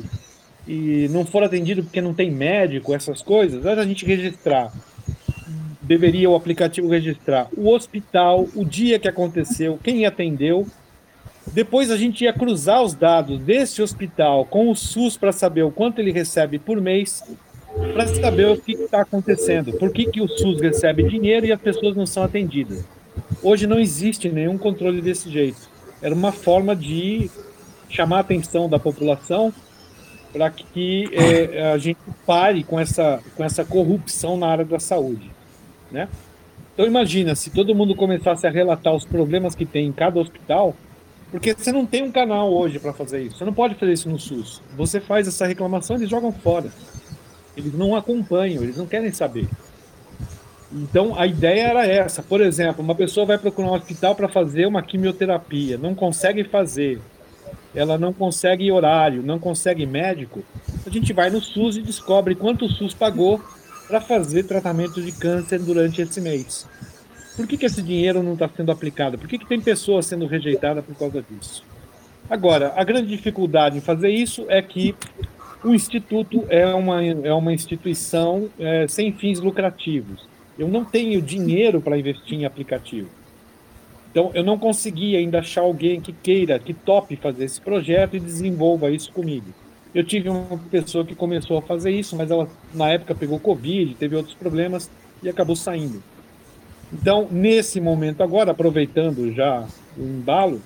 e não for atendido porque não tem médico, essas coisas, a gente registrar. Deveria o aplicativo registrar o hospital, o dia que aconteceu, quem atendeu. Depois a gente ia cruzar os dados desse hospital com o SUS para saber o quanto ele recebe por mês, para saber o que está acontecendo, por que, que o SUS recebe dinheiro e as pessoas não são atendidas. Hoje não existe nenhum controle desse jeito. Era uma forma de chamar a atenção da população para que é, a gente pare com essa, com essa corrupção na área da saúde. Né? Então imagina, se todo mundo começasse a relatar os problemas que tem em cada hospital, porque você não tem um canal hoje para fazer isso, você não pode fazer isso no SUS. Você faz essa reclamação, eles jogam fora. Eles não acompanham, eles não querem saber. Então a ideia era essa. Por exemplo, uma pessoa vai procurar um hospital para fazer uma quimioterapia, não consegue fazer, ela não consegue horário, não consegue médico, a gente vai no SUS e descobre quanto o SUS pagou para fazer tratamento de câncer durante esse mês. Por que, que esse dinheiro não está sendo aplicado? Por que, que tem pessoas sendo rejeitadas por causa disso? Agora, a grande dificuldade em fazer isso é que o Instituto é uma, é uma instituição é, sem fins lucrativos. Eu não tenho dinheiro para investir em aplicativo. Então, eu não consegui ainda achar alguém que queira, que tope fazer esse projeto e desenvolva isso comigo. Eu tive uma pessoa que começou a fazer isso, mas ela, na época, pegou Covid, teve outros problemas e acabou saindo. Então, nesse momento agora, aproveitando já o embalo,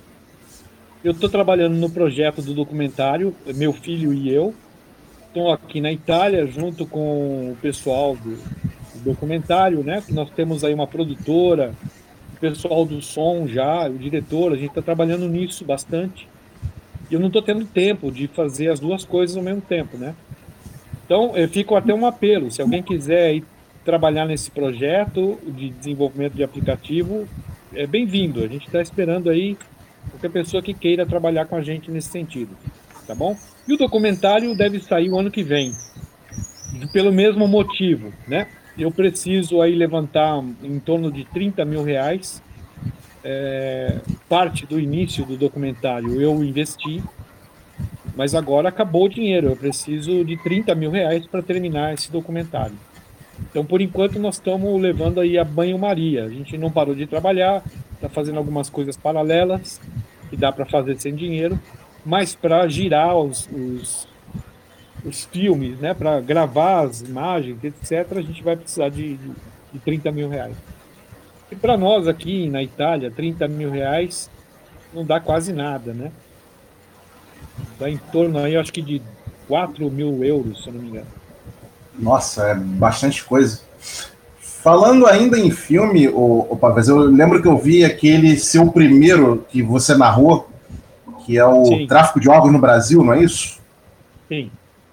eu estou trabalhando no projeto do documentário, meu filho e eu. Estou aqui na Itália, junto com o pessoal do, do documentário, né? Nós temos aí uma produtora, o pessoal do som já, o diretor, a gente está trabalhando nisso bastante. E eu não estou tendo tempo de fazer as duas coisas ao mesmo tempo, né? Então, eu fico até um apelo. Se alguém quiser ir trabalhar nesse projeto de desenvolvimento de aplicativo, é bem-vindo. A gente está esperando aí qualquer pessoa que queira trabalhar com a gente nesse sentido, tá bom? E o documentário deve sair o ano que vem, pelo mesmo motivo, né? Eu preciso aí levantar em torno de trinta mil reais. É, parte do início do documentário eu investi, mas agora acabou o dinheiro, eu preciso de trinta mil reais para terminar esse documentário. Então, por enquanto, nós estamos levando aí a banho-maria. A gente não parou de trabalhar, está fazendo algumas coisas paralelas, que dá para fazer sem dinheiro, mas para girar os, os, os filmes, né, para gravar as imagens, etcétera, a gente vai precisar de, de, de trinta mil reais. E para nós aqui na Itália, trinta mil reais não dá quase nada, né? Dá em torno aí, acho que de quatro mil euros, se eu não me engano. Nossa, é bastante coisa. Falando ainda em filme, o, o Pavés, eu lembro que eu vi aquele seu primeiro que você narrou, que é o Sim. Tráfico de Órgãos no Brasil, não é isso? Sim.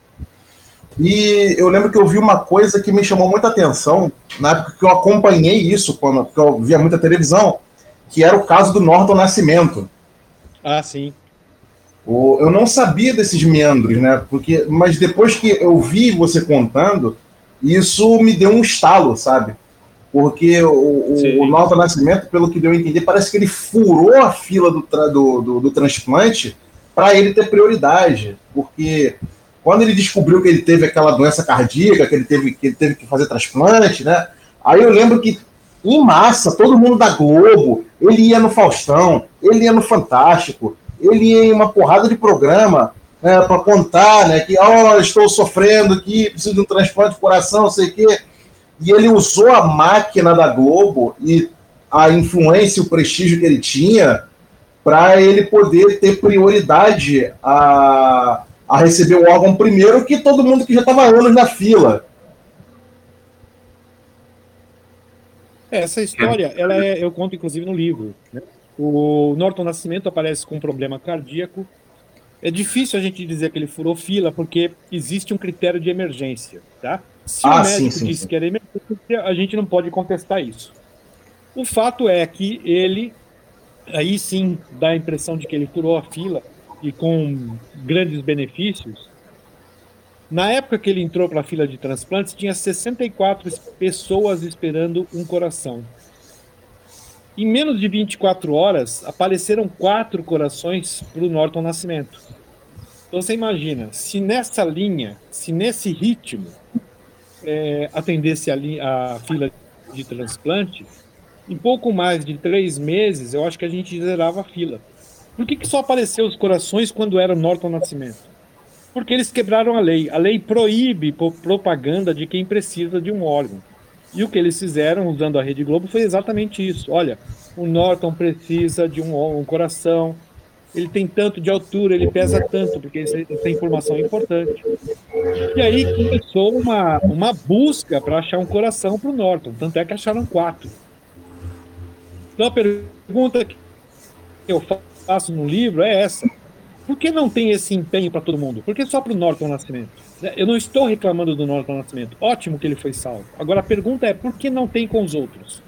E eu lembro que eu vi uma coisa que me chamou muita atenção, na época que eu acompanhei isso, quando porque eu via muita televisão, que era o caso do Norton Nascimento. Ah, sim. O, eu não sabia desses meandros, né? Porque, mas depois que eu vi você contando, isso me deu um estalo, sabe? Porque o, o Norton Nascimento, pelo que deu a entender, parece que ele furou a fila do, tra, do, do, do transplante para ele ter prioridade. Porque quando ele descobriu que ele teve aquela doença cardíaca, que ele teve que, ele teve que fazer transplante, né? Aí eu lembro que, em massa, todo mundo da Globo, ele ia no Faustão, ele ia no Fantástico, ele ia em uma porrada de programa, né, para contar, né, que oh, estou sofrendo aqui, preciso de um transplante de coração, não sei o quê. E ele usou a máquina da Globo e a influência e o prestígio que ele tinha para ele poder ter prioridade a, a receber o órgão primeiro que todo mundo que já estava anos na fila. Essa história, ela é, eu conto inclusive no livro, né? O Norton Nascimento aparece com um problema cardíaco. É difícil a gente dizer que ele furou fila, porque existe um critério de emergência, tá? Se ah, o médico sim, sim, disse sim. que era emergência, a gente não pode contestar isso. O fato é que ele, aí sim, dá a impressão de que ele furou a fila e com grandes benefícios. Na época que ele entrou para a fila de transplantes, tinha sessenta e quatro pessoas esperando um coração. Em menos de vinte e quatro horas, apareceram quatro corações para o Norton Nascimento. Então você imagina, se nessa linha, se nesse ritmo, é, atendesse a, a fila de transplante, em pouco mais de três meses, eu acho que a gente zerava a fila. Por que, que só apareceu os corações quando era o Norton Nascimento? Porque eles quebraram a lei. A lei proíbe propaganda de quem precisa de um órgão. E o que eles fizeram, usando a Rede Globo, foi exatamente isso. Olha, o Norton precisa de um, um coração, ele tem tanto de altura, ele pesa tanto, porque essa informação é importante. E aí começou uma, uma busca para achar um coração para o Norton, tanto é que acharam quatro. Então a pergunta que eu faço no livro é essa: por que não tem esse empenho para todo mundo? Por que só para o Norton Nascimento? Eu não estou reclamando do Norton Nascimento. Ótimo que ele foi salvo. Agora a pergunta é, por que não tem com os outros?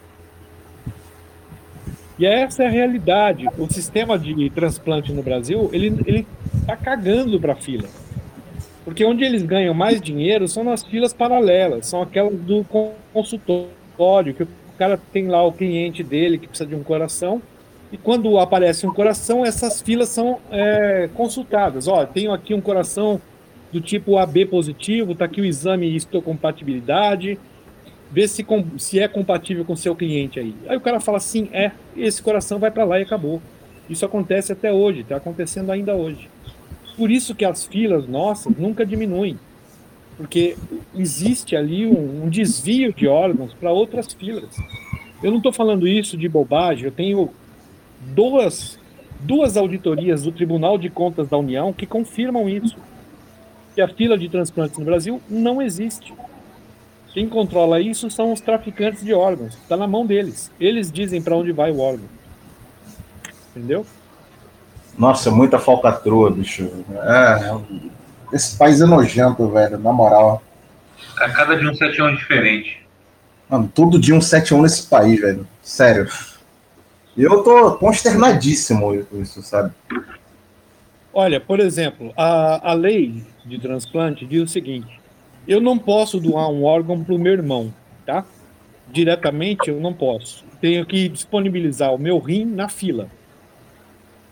E essa é a realidade. O sistema de transplante no Brasil, ele ele está cagando para a fila. Porque onde eles ganham mais dinheiro são nas filas paralelas, são aquelas do consultório, que o cara tem lá o cliente dele que precisa de um coração, e quando aparece um coração, essas filas são é, consultadas. Ó, tenho aqui um coração do tipo A B positivo, está aqui o exame histocompatibilidade, vê se, com, se é compatível com o seu cliente aí. Aí o cara fala assim, é, esse coração vai para lá e acabou. Isso acontece até hoje, está acontecendo ainda hoje. Por isso que as filas nossas nunca diminuem, porque existe ali um, um desvio de órgãos para outras filas. Eu não estou falando isso de bobagem, eu tenho duas, duas auditorias do Tribunal de Contas da União que confirmam isso, que a fila de transplantes no Brasil não existe. Quem controla isso são os traficantes de órgãos, está na mão deles. Eles dizem para onde vai o órgão. Entendeu? Nossa, muita falcatrua, bicho. É, esse país é nojento, velho, na moral. A cada dia um sete um diferente. Mano, todo dia um sete um nesse país, velho. Sério. Eu tô consternadíssimo com isso, sabe? Olha, por exemplo, a, a lei de transplante diz o seguinte: eu não posso doar um órgão para o meu irmão, tá? Diretamente eu não posso. Tenho que disponibilizar o meu rim na fila.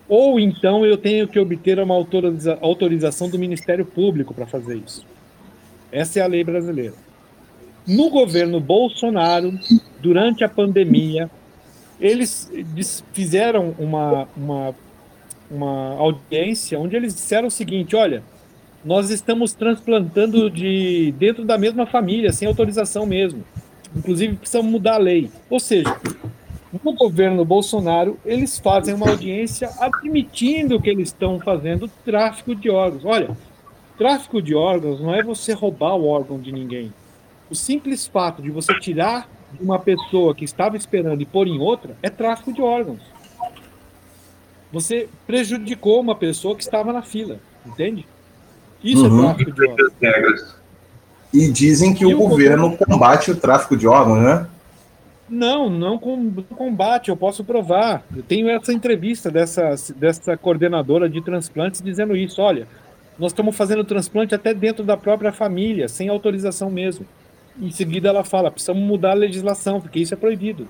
ou então eu tenho que obter uma autoriza- autorização do Ministério Público para fazer isso. Essa é a lei brasileira. No governo Bolsonaro, durante a pandemia, eles dis- fizeram uma, uma, uma audiência onde eles disseram o seguinte: olha, nós estamos transplantando de dentro da mesma família, sem autorização mesmo. Inclusive, precisamos mudar a lei. Ou seja, no governo Bolsonaro, eles fazem uma audiência admitindo que eles estão fazendo tráfico de órgãos. Olha, tráfico de órgãos não é você roubar o órgão de ninguém. O simples fato de você tirar de uma pessoa que estava esperando e pôr em outra é tráfico de órgãos. Você prejudicou uma pessoa que estava na fila, entende? Isso Uhum. é tráfico de órgãos. E dizem que E o o governo governo- combate o tráfico de órgãos, né? Não, não com- combate, eu posso provar. Eu tenho essa entrevista dessa, dessa coordenadora de transplantes dizendo isso. Olha, nós estamos fazendo transplante até dentro da própria família, sem autorização mesmo. Em seguida ela fala, precisamos mudar a legislação, porque isso é proibido.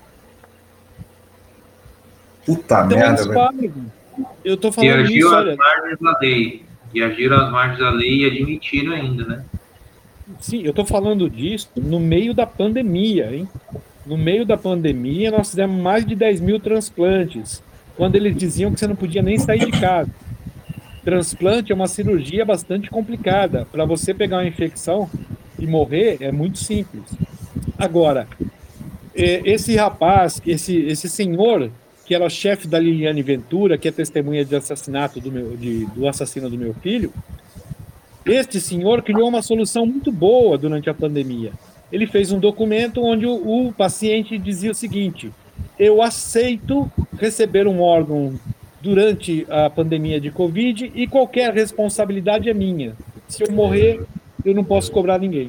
Puta Então merda, eles velho. falam. Eu estou E falando agiram isso, às olha. margens da lei. E agiram às margens da lei e admitiram ainda, né? Sim, eu estou falando disso no meio da pandemia, hein? No meio da pandemia, nós fizemos mais de dez mil transplantes, quando eles diziam que você não podia nem sair de casa. Transplante é uma cirurgia bastante complicada. Para você pegar uma infecção e morrer, é muito simples. Agora, eh, esse rapaz, esse, esse senhor, que era chefe da Liliane Ventura, que é testemunha de assassinato do, meu, de, do assassino do meu filho, este senhor criou uma solução muito boa durante a pandemia. Ele fez um documento onde o, o paciente dizia o seguinte: eu aceito receber um órgão durante a pandemia de Covid e qualquer responsabilidade é minha. Se eu morrer, eu não posso cobrar ninguém.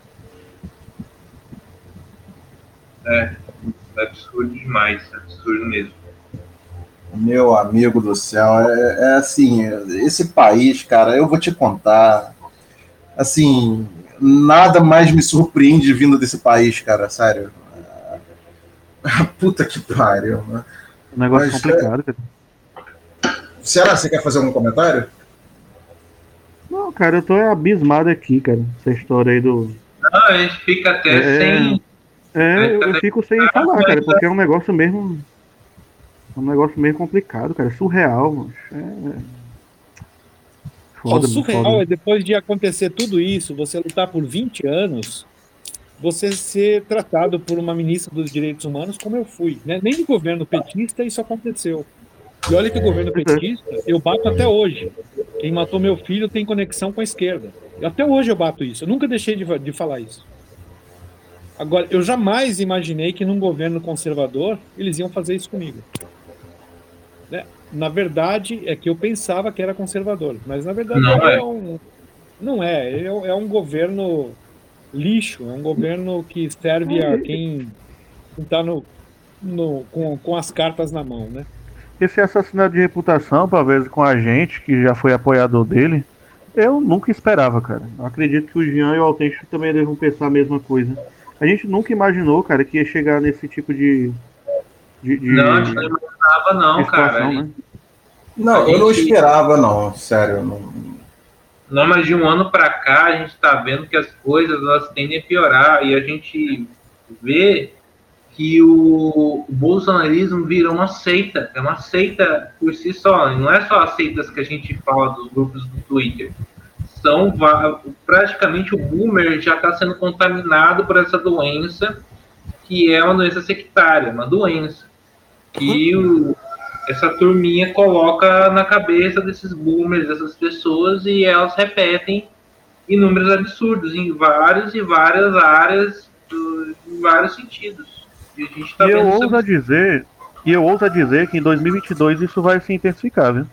É, é absurdo demais, é absurdo mesmo. Meu amigo do céu, é, é assim, esse país, cara, eu vou te contar, assim, nada mais me surpreende vindo desse país, cara, sério. Puta que pariu, né? Um negócio Mas, complicado, cara. Será que você quer fazer algum comentário? Não, cara, eu tô abismado aqui, cara. Essa história aí do. Não, a gente fica até É, sem. É, eu, eu até- fico sem falar, cara, porque é um negócio mesmo. É um negócio meio complicado, cara. Surreal, mano. É. O Foda, surreal foda. é depois de acontecer tudo isso, você lutar por vinte anos, você ser tratado por uma ministra dos Direitos Humanos como eu fui, né? Nem no governo petista isso aconteceu. E olha que o governo petista, eu bato até hoje. Quem matou meu filho tem conexão com a esquerda. E até hoje eu bato isso. Eu nunca deixei de, de falar isso. Agora, eu jamais imaginei que num governo conservador eles iam fazer isso comigo. Né? Na verdade, é que eu pensava que era conservador, mas na verdade Não é, é. um, não é. É, é um governo lixo, é um governo que serve a quem está no, no, com, com as cartas na mão, né? Esse assassinato de reputação, talvez com a gente, que já foi apoiador dele, eu nunca esperava, cara. Eu acredito que o Jean e o Autêntico também devem pensar a mesma coisa. A gente nunca imaginou, cara, que ia chegar nesse tipo de. de, de Não, a gente não imaginava, não, de cara. situação, A né? gente- Não, A eu não gente- esperava, não, sério. Não... Não, mas de um ano para cá a gente está vendo que as coisas elas tendem a piorar e a gente vê que o, o bolsonarismo virou uma seita, é uma seita por si só, não é só as seitas que a gente fala dos grupos do Twitter. São va- praticamente o boomer já está sendo contaminado por essa doença, que é uma doença sectária, uma doença que o, essa turminha coloca na cabeça desses boomers, dessas pessoas, e elas repetem inúmeros absurdos em várias e várias áreas, do, em vários sentidos. E a gente tá E eu vendo ouso a dizer, e eu ouso a dizer que em dois mil e vinte e dois isso vai se intensificar, viu?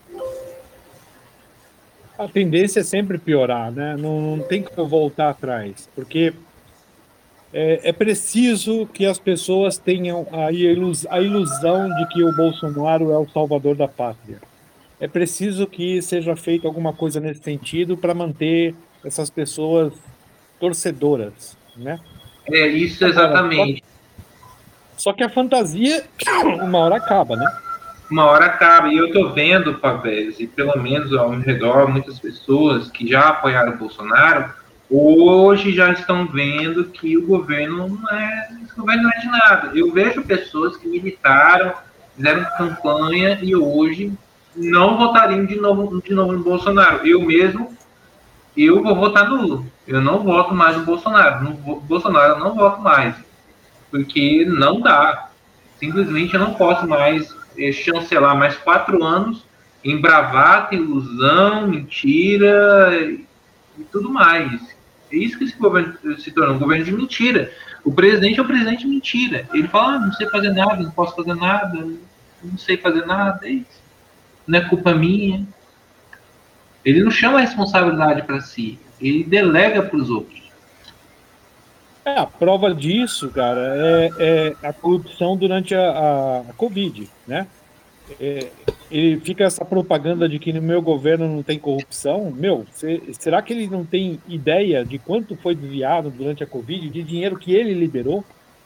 A tendência é sempre piorar, né? Não, não tem como voltar atrás, porque é, é preciso que as pessoas tenham a, ilus, a ilusão de que o Bolsonaro é o salvador da pátria. É preciso que seja feita alguma coisa nesse sentido para manter essas pessoas torcedoras, né? É isso Agora, exatamente. Só que a fantasia, uma hora acaba, né? uma hora acaba. E eu tô vendo, Pavés, e pelo menos ao meu redor, muitas pessoas que já apoiaram o Bolsonaro, hoje já estão vendo que o governo não é, esse governo não é de nada. Eu vejo pessoas que militaram, fizeram campanha e hoje não votariam de novo, de novo no Bolsonaro. Eu mesmo, eu vou votar no Lula. Eu não voto mais no Bolsonaro. No Bolsonaro eu não voto mais. Porque não dá. Simplesmente eu não posso mais eh, chancelar mais quatro anos em bravata, ilusão, mentira e, e tudo mais. É isso que esse governo se tornou, um governo de mentira. O presidente é um presidente de mentira. Ele fala, ah, não sei fazer nada, não posso fazer nada, não sei fazer nada, é isso. Não é culpa minha. Ele não chama a responsabilidade para si, ele delega para os outros. É, a prova disso, cara, é, é a corrupção durante a, a, a Covid, né? É, ele fica essa propaganda de que no meu governo não tem corrupção. Meu, cê, será que ele não tem ideia de quanto foi desviado durante a Covid, de dinheiro que ele liberou?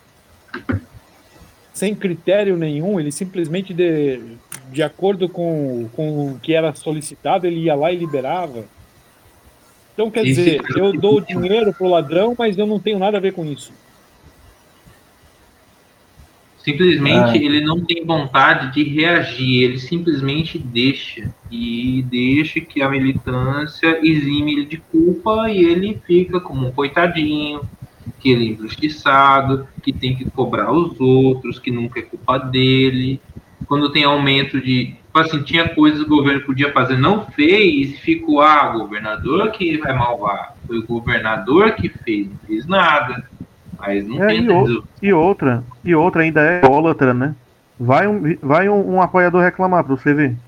Sem critério nenhum, ele simplesmente, de, de acordo com, com o que era solicitado, ele ia lá e liberava. Então, quer dizer, eu dou dinheiro pro ladrão, mas eu não tenho nada a ver com isso. Simplesmente Ah. ele não tem vontade de reagir, ele simplesmente deixa. E deixa que a militância exime ele de culpa e ele fica como um coitadinho, que ele é injustiçado, que tem que cobrar os outros, que nunca é culpa dele. Quando tem aumento de... Assim, tinha coisas que o governo podia fazer, não fez, e ficou, ah, o governador que vai malvar. Foi o governador que fez, não fez nada. Mas não É, tem e, o, e outra, e outra ainda é idólatra, né? Vai um, vai um, um apoiador reclamar pra você ver.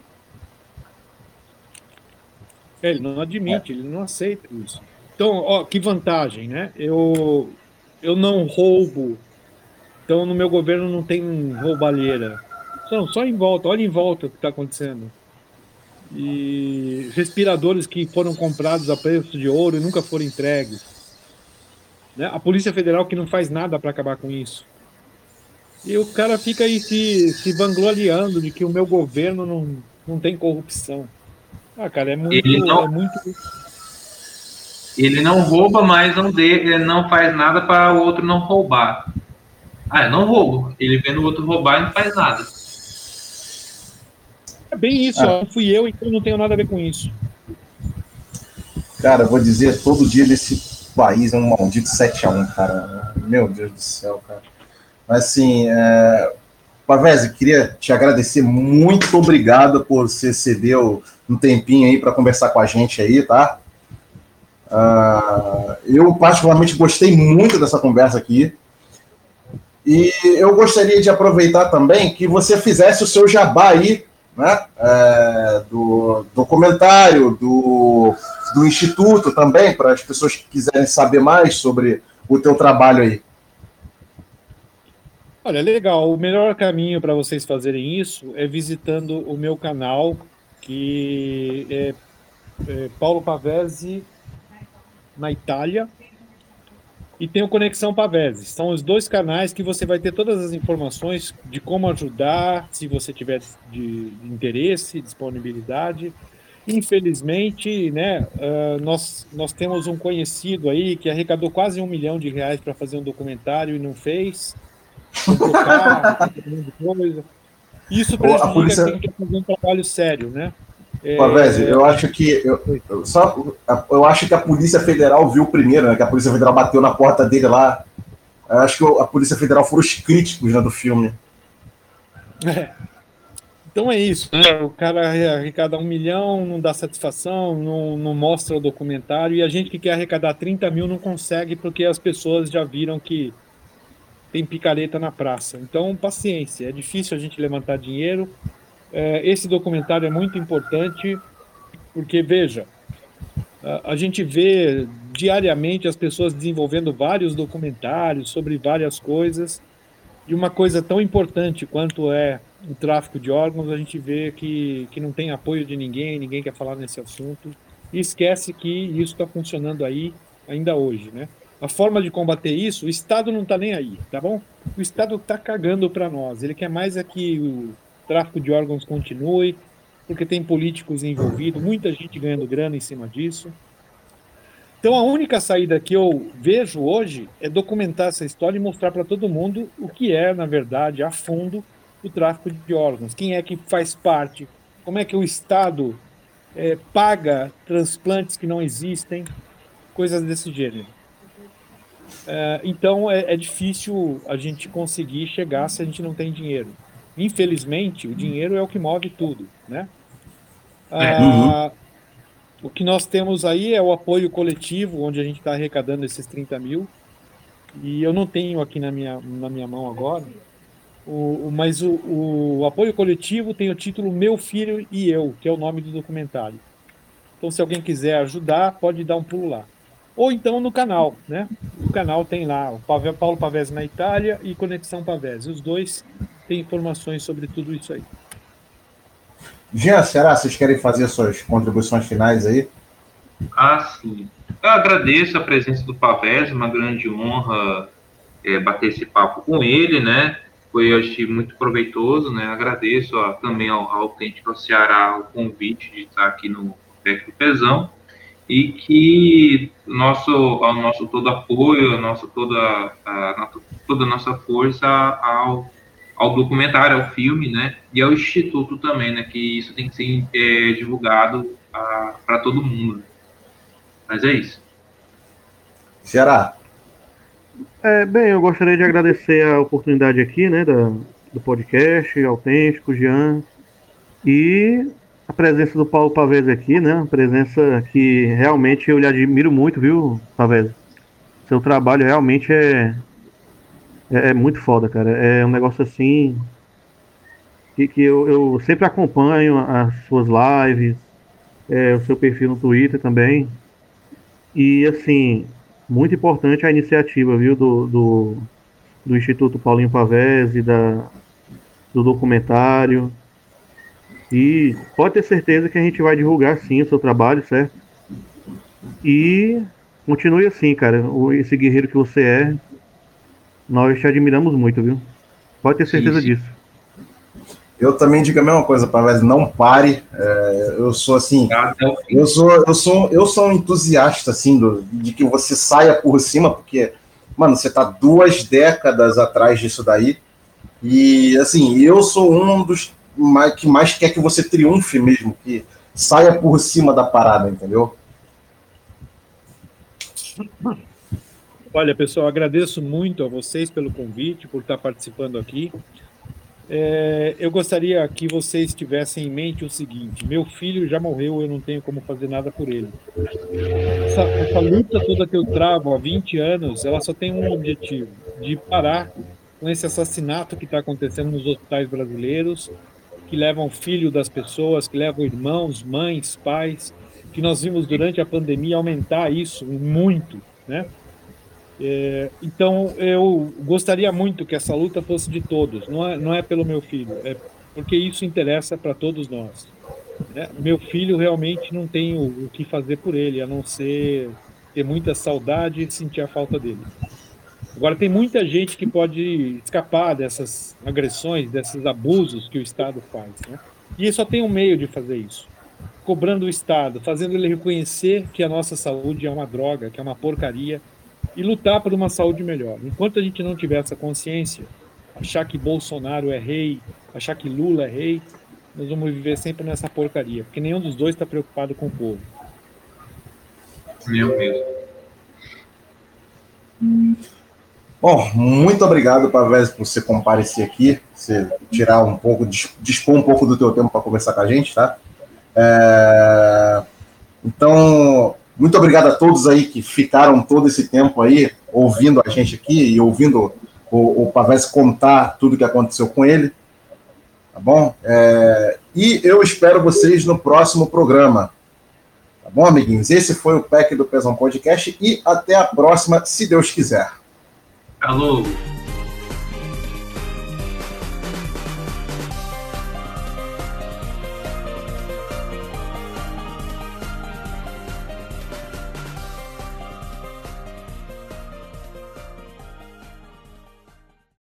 É, ele não admite, ele não aceita isso. Então, ó, que vantagem, né? Eu, eu não roubo, então no meu governo não tem roubalheira. Não, só em volta, olha em volta o que está acontecendo. E respiradores que foram comprados a preço de ouro e nunca foram entregues. Né? A Polícia Federal que não faz nada para acabar com isso. E o cara fica aí se, se vangloriando de que o meu governo não, não tem corrupção. Ah, cara, é muito... Ele não, é muito... ele não rouba, mas não, de, ele não faz nada para o outro não roubar. Ah, eu não roubo. Ele vê no outro roubar e não faz nada. É bem isso, Ah. ó, fui eu, então não tenho nada a ver com isso. Cara, eu vou dizer, todo dia desse país é um maldito sete a um, cara. Meu Deus do céu, cara. Mas assim, é... Pavese, queria te agradecer, muito obrigado por você ceder um tempinho aí para conversar com a gente aí, tá? Uh, eu particularmente gostei muito dessa conversa aqui. E eu gostaria de aproveitar também que você fizesse o seu jabá aí, né? É, do documentário, do, do Instituto também, para as pessoas que quiserem saber mais sobre o teu trabalho aí. Olha, legal. O melhor caminho para vocês fazerem isso é visitando o meu canal, que é, é Paulo Pavese na Itália, e tem o Conexão Pavese. São os dois canais que você vai ter todas as informações de como ajudar, se você tiver de interesse, disponibilidade. Infelizmente, né, uh, nós, nós temos um conhecido aí que arrecadou quase um milhão de reais para fazer um documentário e não fez. Comprou carro, coisa. Isso prejudica a polícia... quem quer fazer um trabalho sério, né? Pavese, é... eu acho que eu, eu, só, eu acho que a Polícia Federal viu primeiro, né? Que a Polícia Federal bateu na porta dele lá. Eu acho que a Polícia Federal foram os críticos, né, do filme. É. Então é isso, né? O cara arrecada um milhão, não dá satisfação, não, não mostra o documentário, e a gente que quer arrecadar trinta mil não consegue porque as pessoas já viram que tem picareta na praça. Então, paciência, é difícil a gente levantar dinheiro. É, esse documentário é muito importante porque, veja, a, a gente vê diariamente as pessoas desenvolvendo vários documentários sobre várias coisas, e uma coisa tão importante quanto é o tráfico de órgãos, a gente vê que, que não tem apoio de ninguém, ninguém quer falar nesse assunto, e esquece que isso está funcionando aí ainda hoje, né? A forma de combater isso, o Estado não está nem aí, tá bom? O Estado está cagando para nós, ele quer mais é que o tráfico de órgãos continue, porque tem políticos envolvidos, muita gente ganhando grana em cima disso. Então, a única saída que eu vejo hoje é documentar essa história e mostrar para todo mundo o que é, na verdade, a fundo, o tráfico de órgãos. Quem é que faz parte, como é que o Estado é, paga transplantes que não existem, coisas desse gênero. É, então, é, é difícil a gente conseguir chegar se a gente não tem dinheiro. Infelizmente, o dinheiro é o que move tudo, né? Ah, o que nós temos aí é o apoio coletivo, onde a gente está arrecadando esses trinta mil, e eu não tenho aqui na minha, na minha mão agora, o, o, mas o, o apoio coletivo tem o título Meu Filho e Eu, que é o nome do documentário. Então, se alguém quiser ajudar, pode dar um pulo lá. Ou então no canal, né? O canal tem lá o Paulo Pavese na Itália e Conexão Pavese. Os dois têm informações sobre tudo isso aí. Jean, será que vocês querem fazer suas contribuições finais aí? Ah, sim. Eu agradeço a presença do Pavese, uma grande honra é, bater esse papo com ele, né? Foi, eu achei, muito proveitoso, né? Agradeço ó, também ao, ao Autêntico Ceará o convite de estar aqui no P E C do Pezão, e que nosso, ao nosso todo apoio, ao nosso toda, a, toda a nossa força ao, ao documentário, ao filme, né? E ao Instituto também, né? Que isso tem que ser é, divulgado para todo mundo. Mas é isso. Ceará. É, bem, eu gostaria de agradecer a oportunidade aqui, né, da, do podcast, Autêntico, Jean, e a presença do Paulo Pavese aqui, né, uma presença que realmente eu lhe admiro muito, viu, Pavese? Seu trabalho realmente é, é, é muito foda, cara, é um negócio assim, que, que eu, eu sempre acompanho as suas lives, é, o seu perfil no Twitter também, e assim... Muito importante a iniciativa, viu, do, do, do Instituto Paulinho Pavese, da, do documentário. E pode ter certeza que a gente vai divulgar, sim, o seu trabalho, certo? E continue assim, cara. O, esse guerreiro que você é, nós te admiramos muito, viu? Pode ter certeza sim, sim. disso. Eu também digo a mesma coisa, Pavese, não pare. É, eu sou assim, eu sou, eu sou, eu sou um entusiasta assim do, de que você saia por cima, porque, mano, você tá duas décadas atrás disso daí. E assim, eu sou um dos mais, que mais quer que você triunfe mesmo, que saia por cima da parada, entendeu? Olha, pessoal, agradeço muito a vocês pelo convite, por estar participando aqui. É, eu gostaria que vocês tivessem em mente o seguinte: meu filho já morreu, eu não tenho como fazer nada por ele. Essa, essa luta toda que eu travo há vinte anos, ela só tem um objetivo, de parar com esse assassinato que está acontecendo nos hospitais brasileiros, que levam filho das pessoas, que levam irmãos, mães, pais, que nós vimos durante a pandemia aumentar isso muito, né? É, então, eu gostaria muito que essa luta fosse de todos, não é, não é pelo meu filho, é porque isso interessa para todos nós. Né? Meu filho realmente não tem o, o que fazer por ele, a não ser ter muita saudade e sentir a falta dele. Agora, tem muita gente que pode escapar dessas agressões, desses abusos que o Estado faz. Né? E só tem um meio de fazer isso, cobrando o Estado, fazendo ele reconhecer que a nossa saúde é uma droga, que é uma porcaria, e lutar por uma saúde melhor. Enquanto a gente não tiver essa consciência, achar que Bolsonaro é rei, achar que Lula é rei, nós vamos viver sempre nessa porcaria, porque nenhum dos dois está preocupado com o povo. Meu Deus. Bom, muito obrigado, Pavese, por você comparecer aqui, você tirar um pouco, dispor um pouco do teu tempo para conversar com a gente, tá? É... Então... Muito obrigado a todos aí que ficaram todo esse tempo aí ouvindo a gente aqui e ouvindo o, o Pavese contar tudo o que aconteceu com ele, tá bom? É, e eu espero vocês no próximo programa, tá bom, amiguinhos? Esse foi o P E C do Pezão Podcast e até a próxima, se Deus quiser. Alô!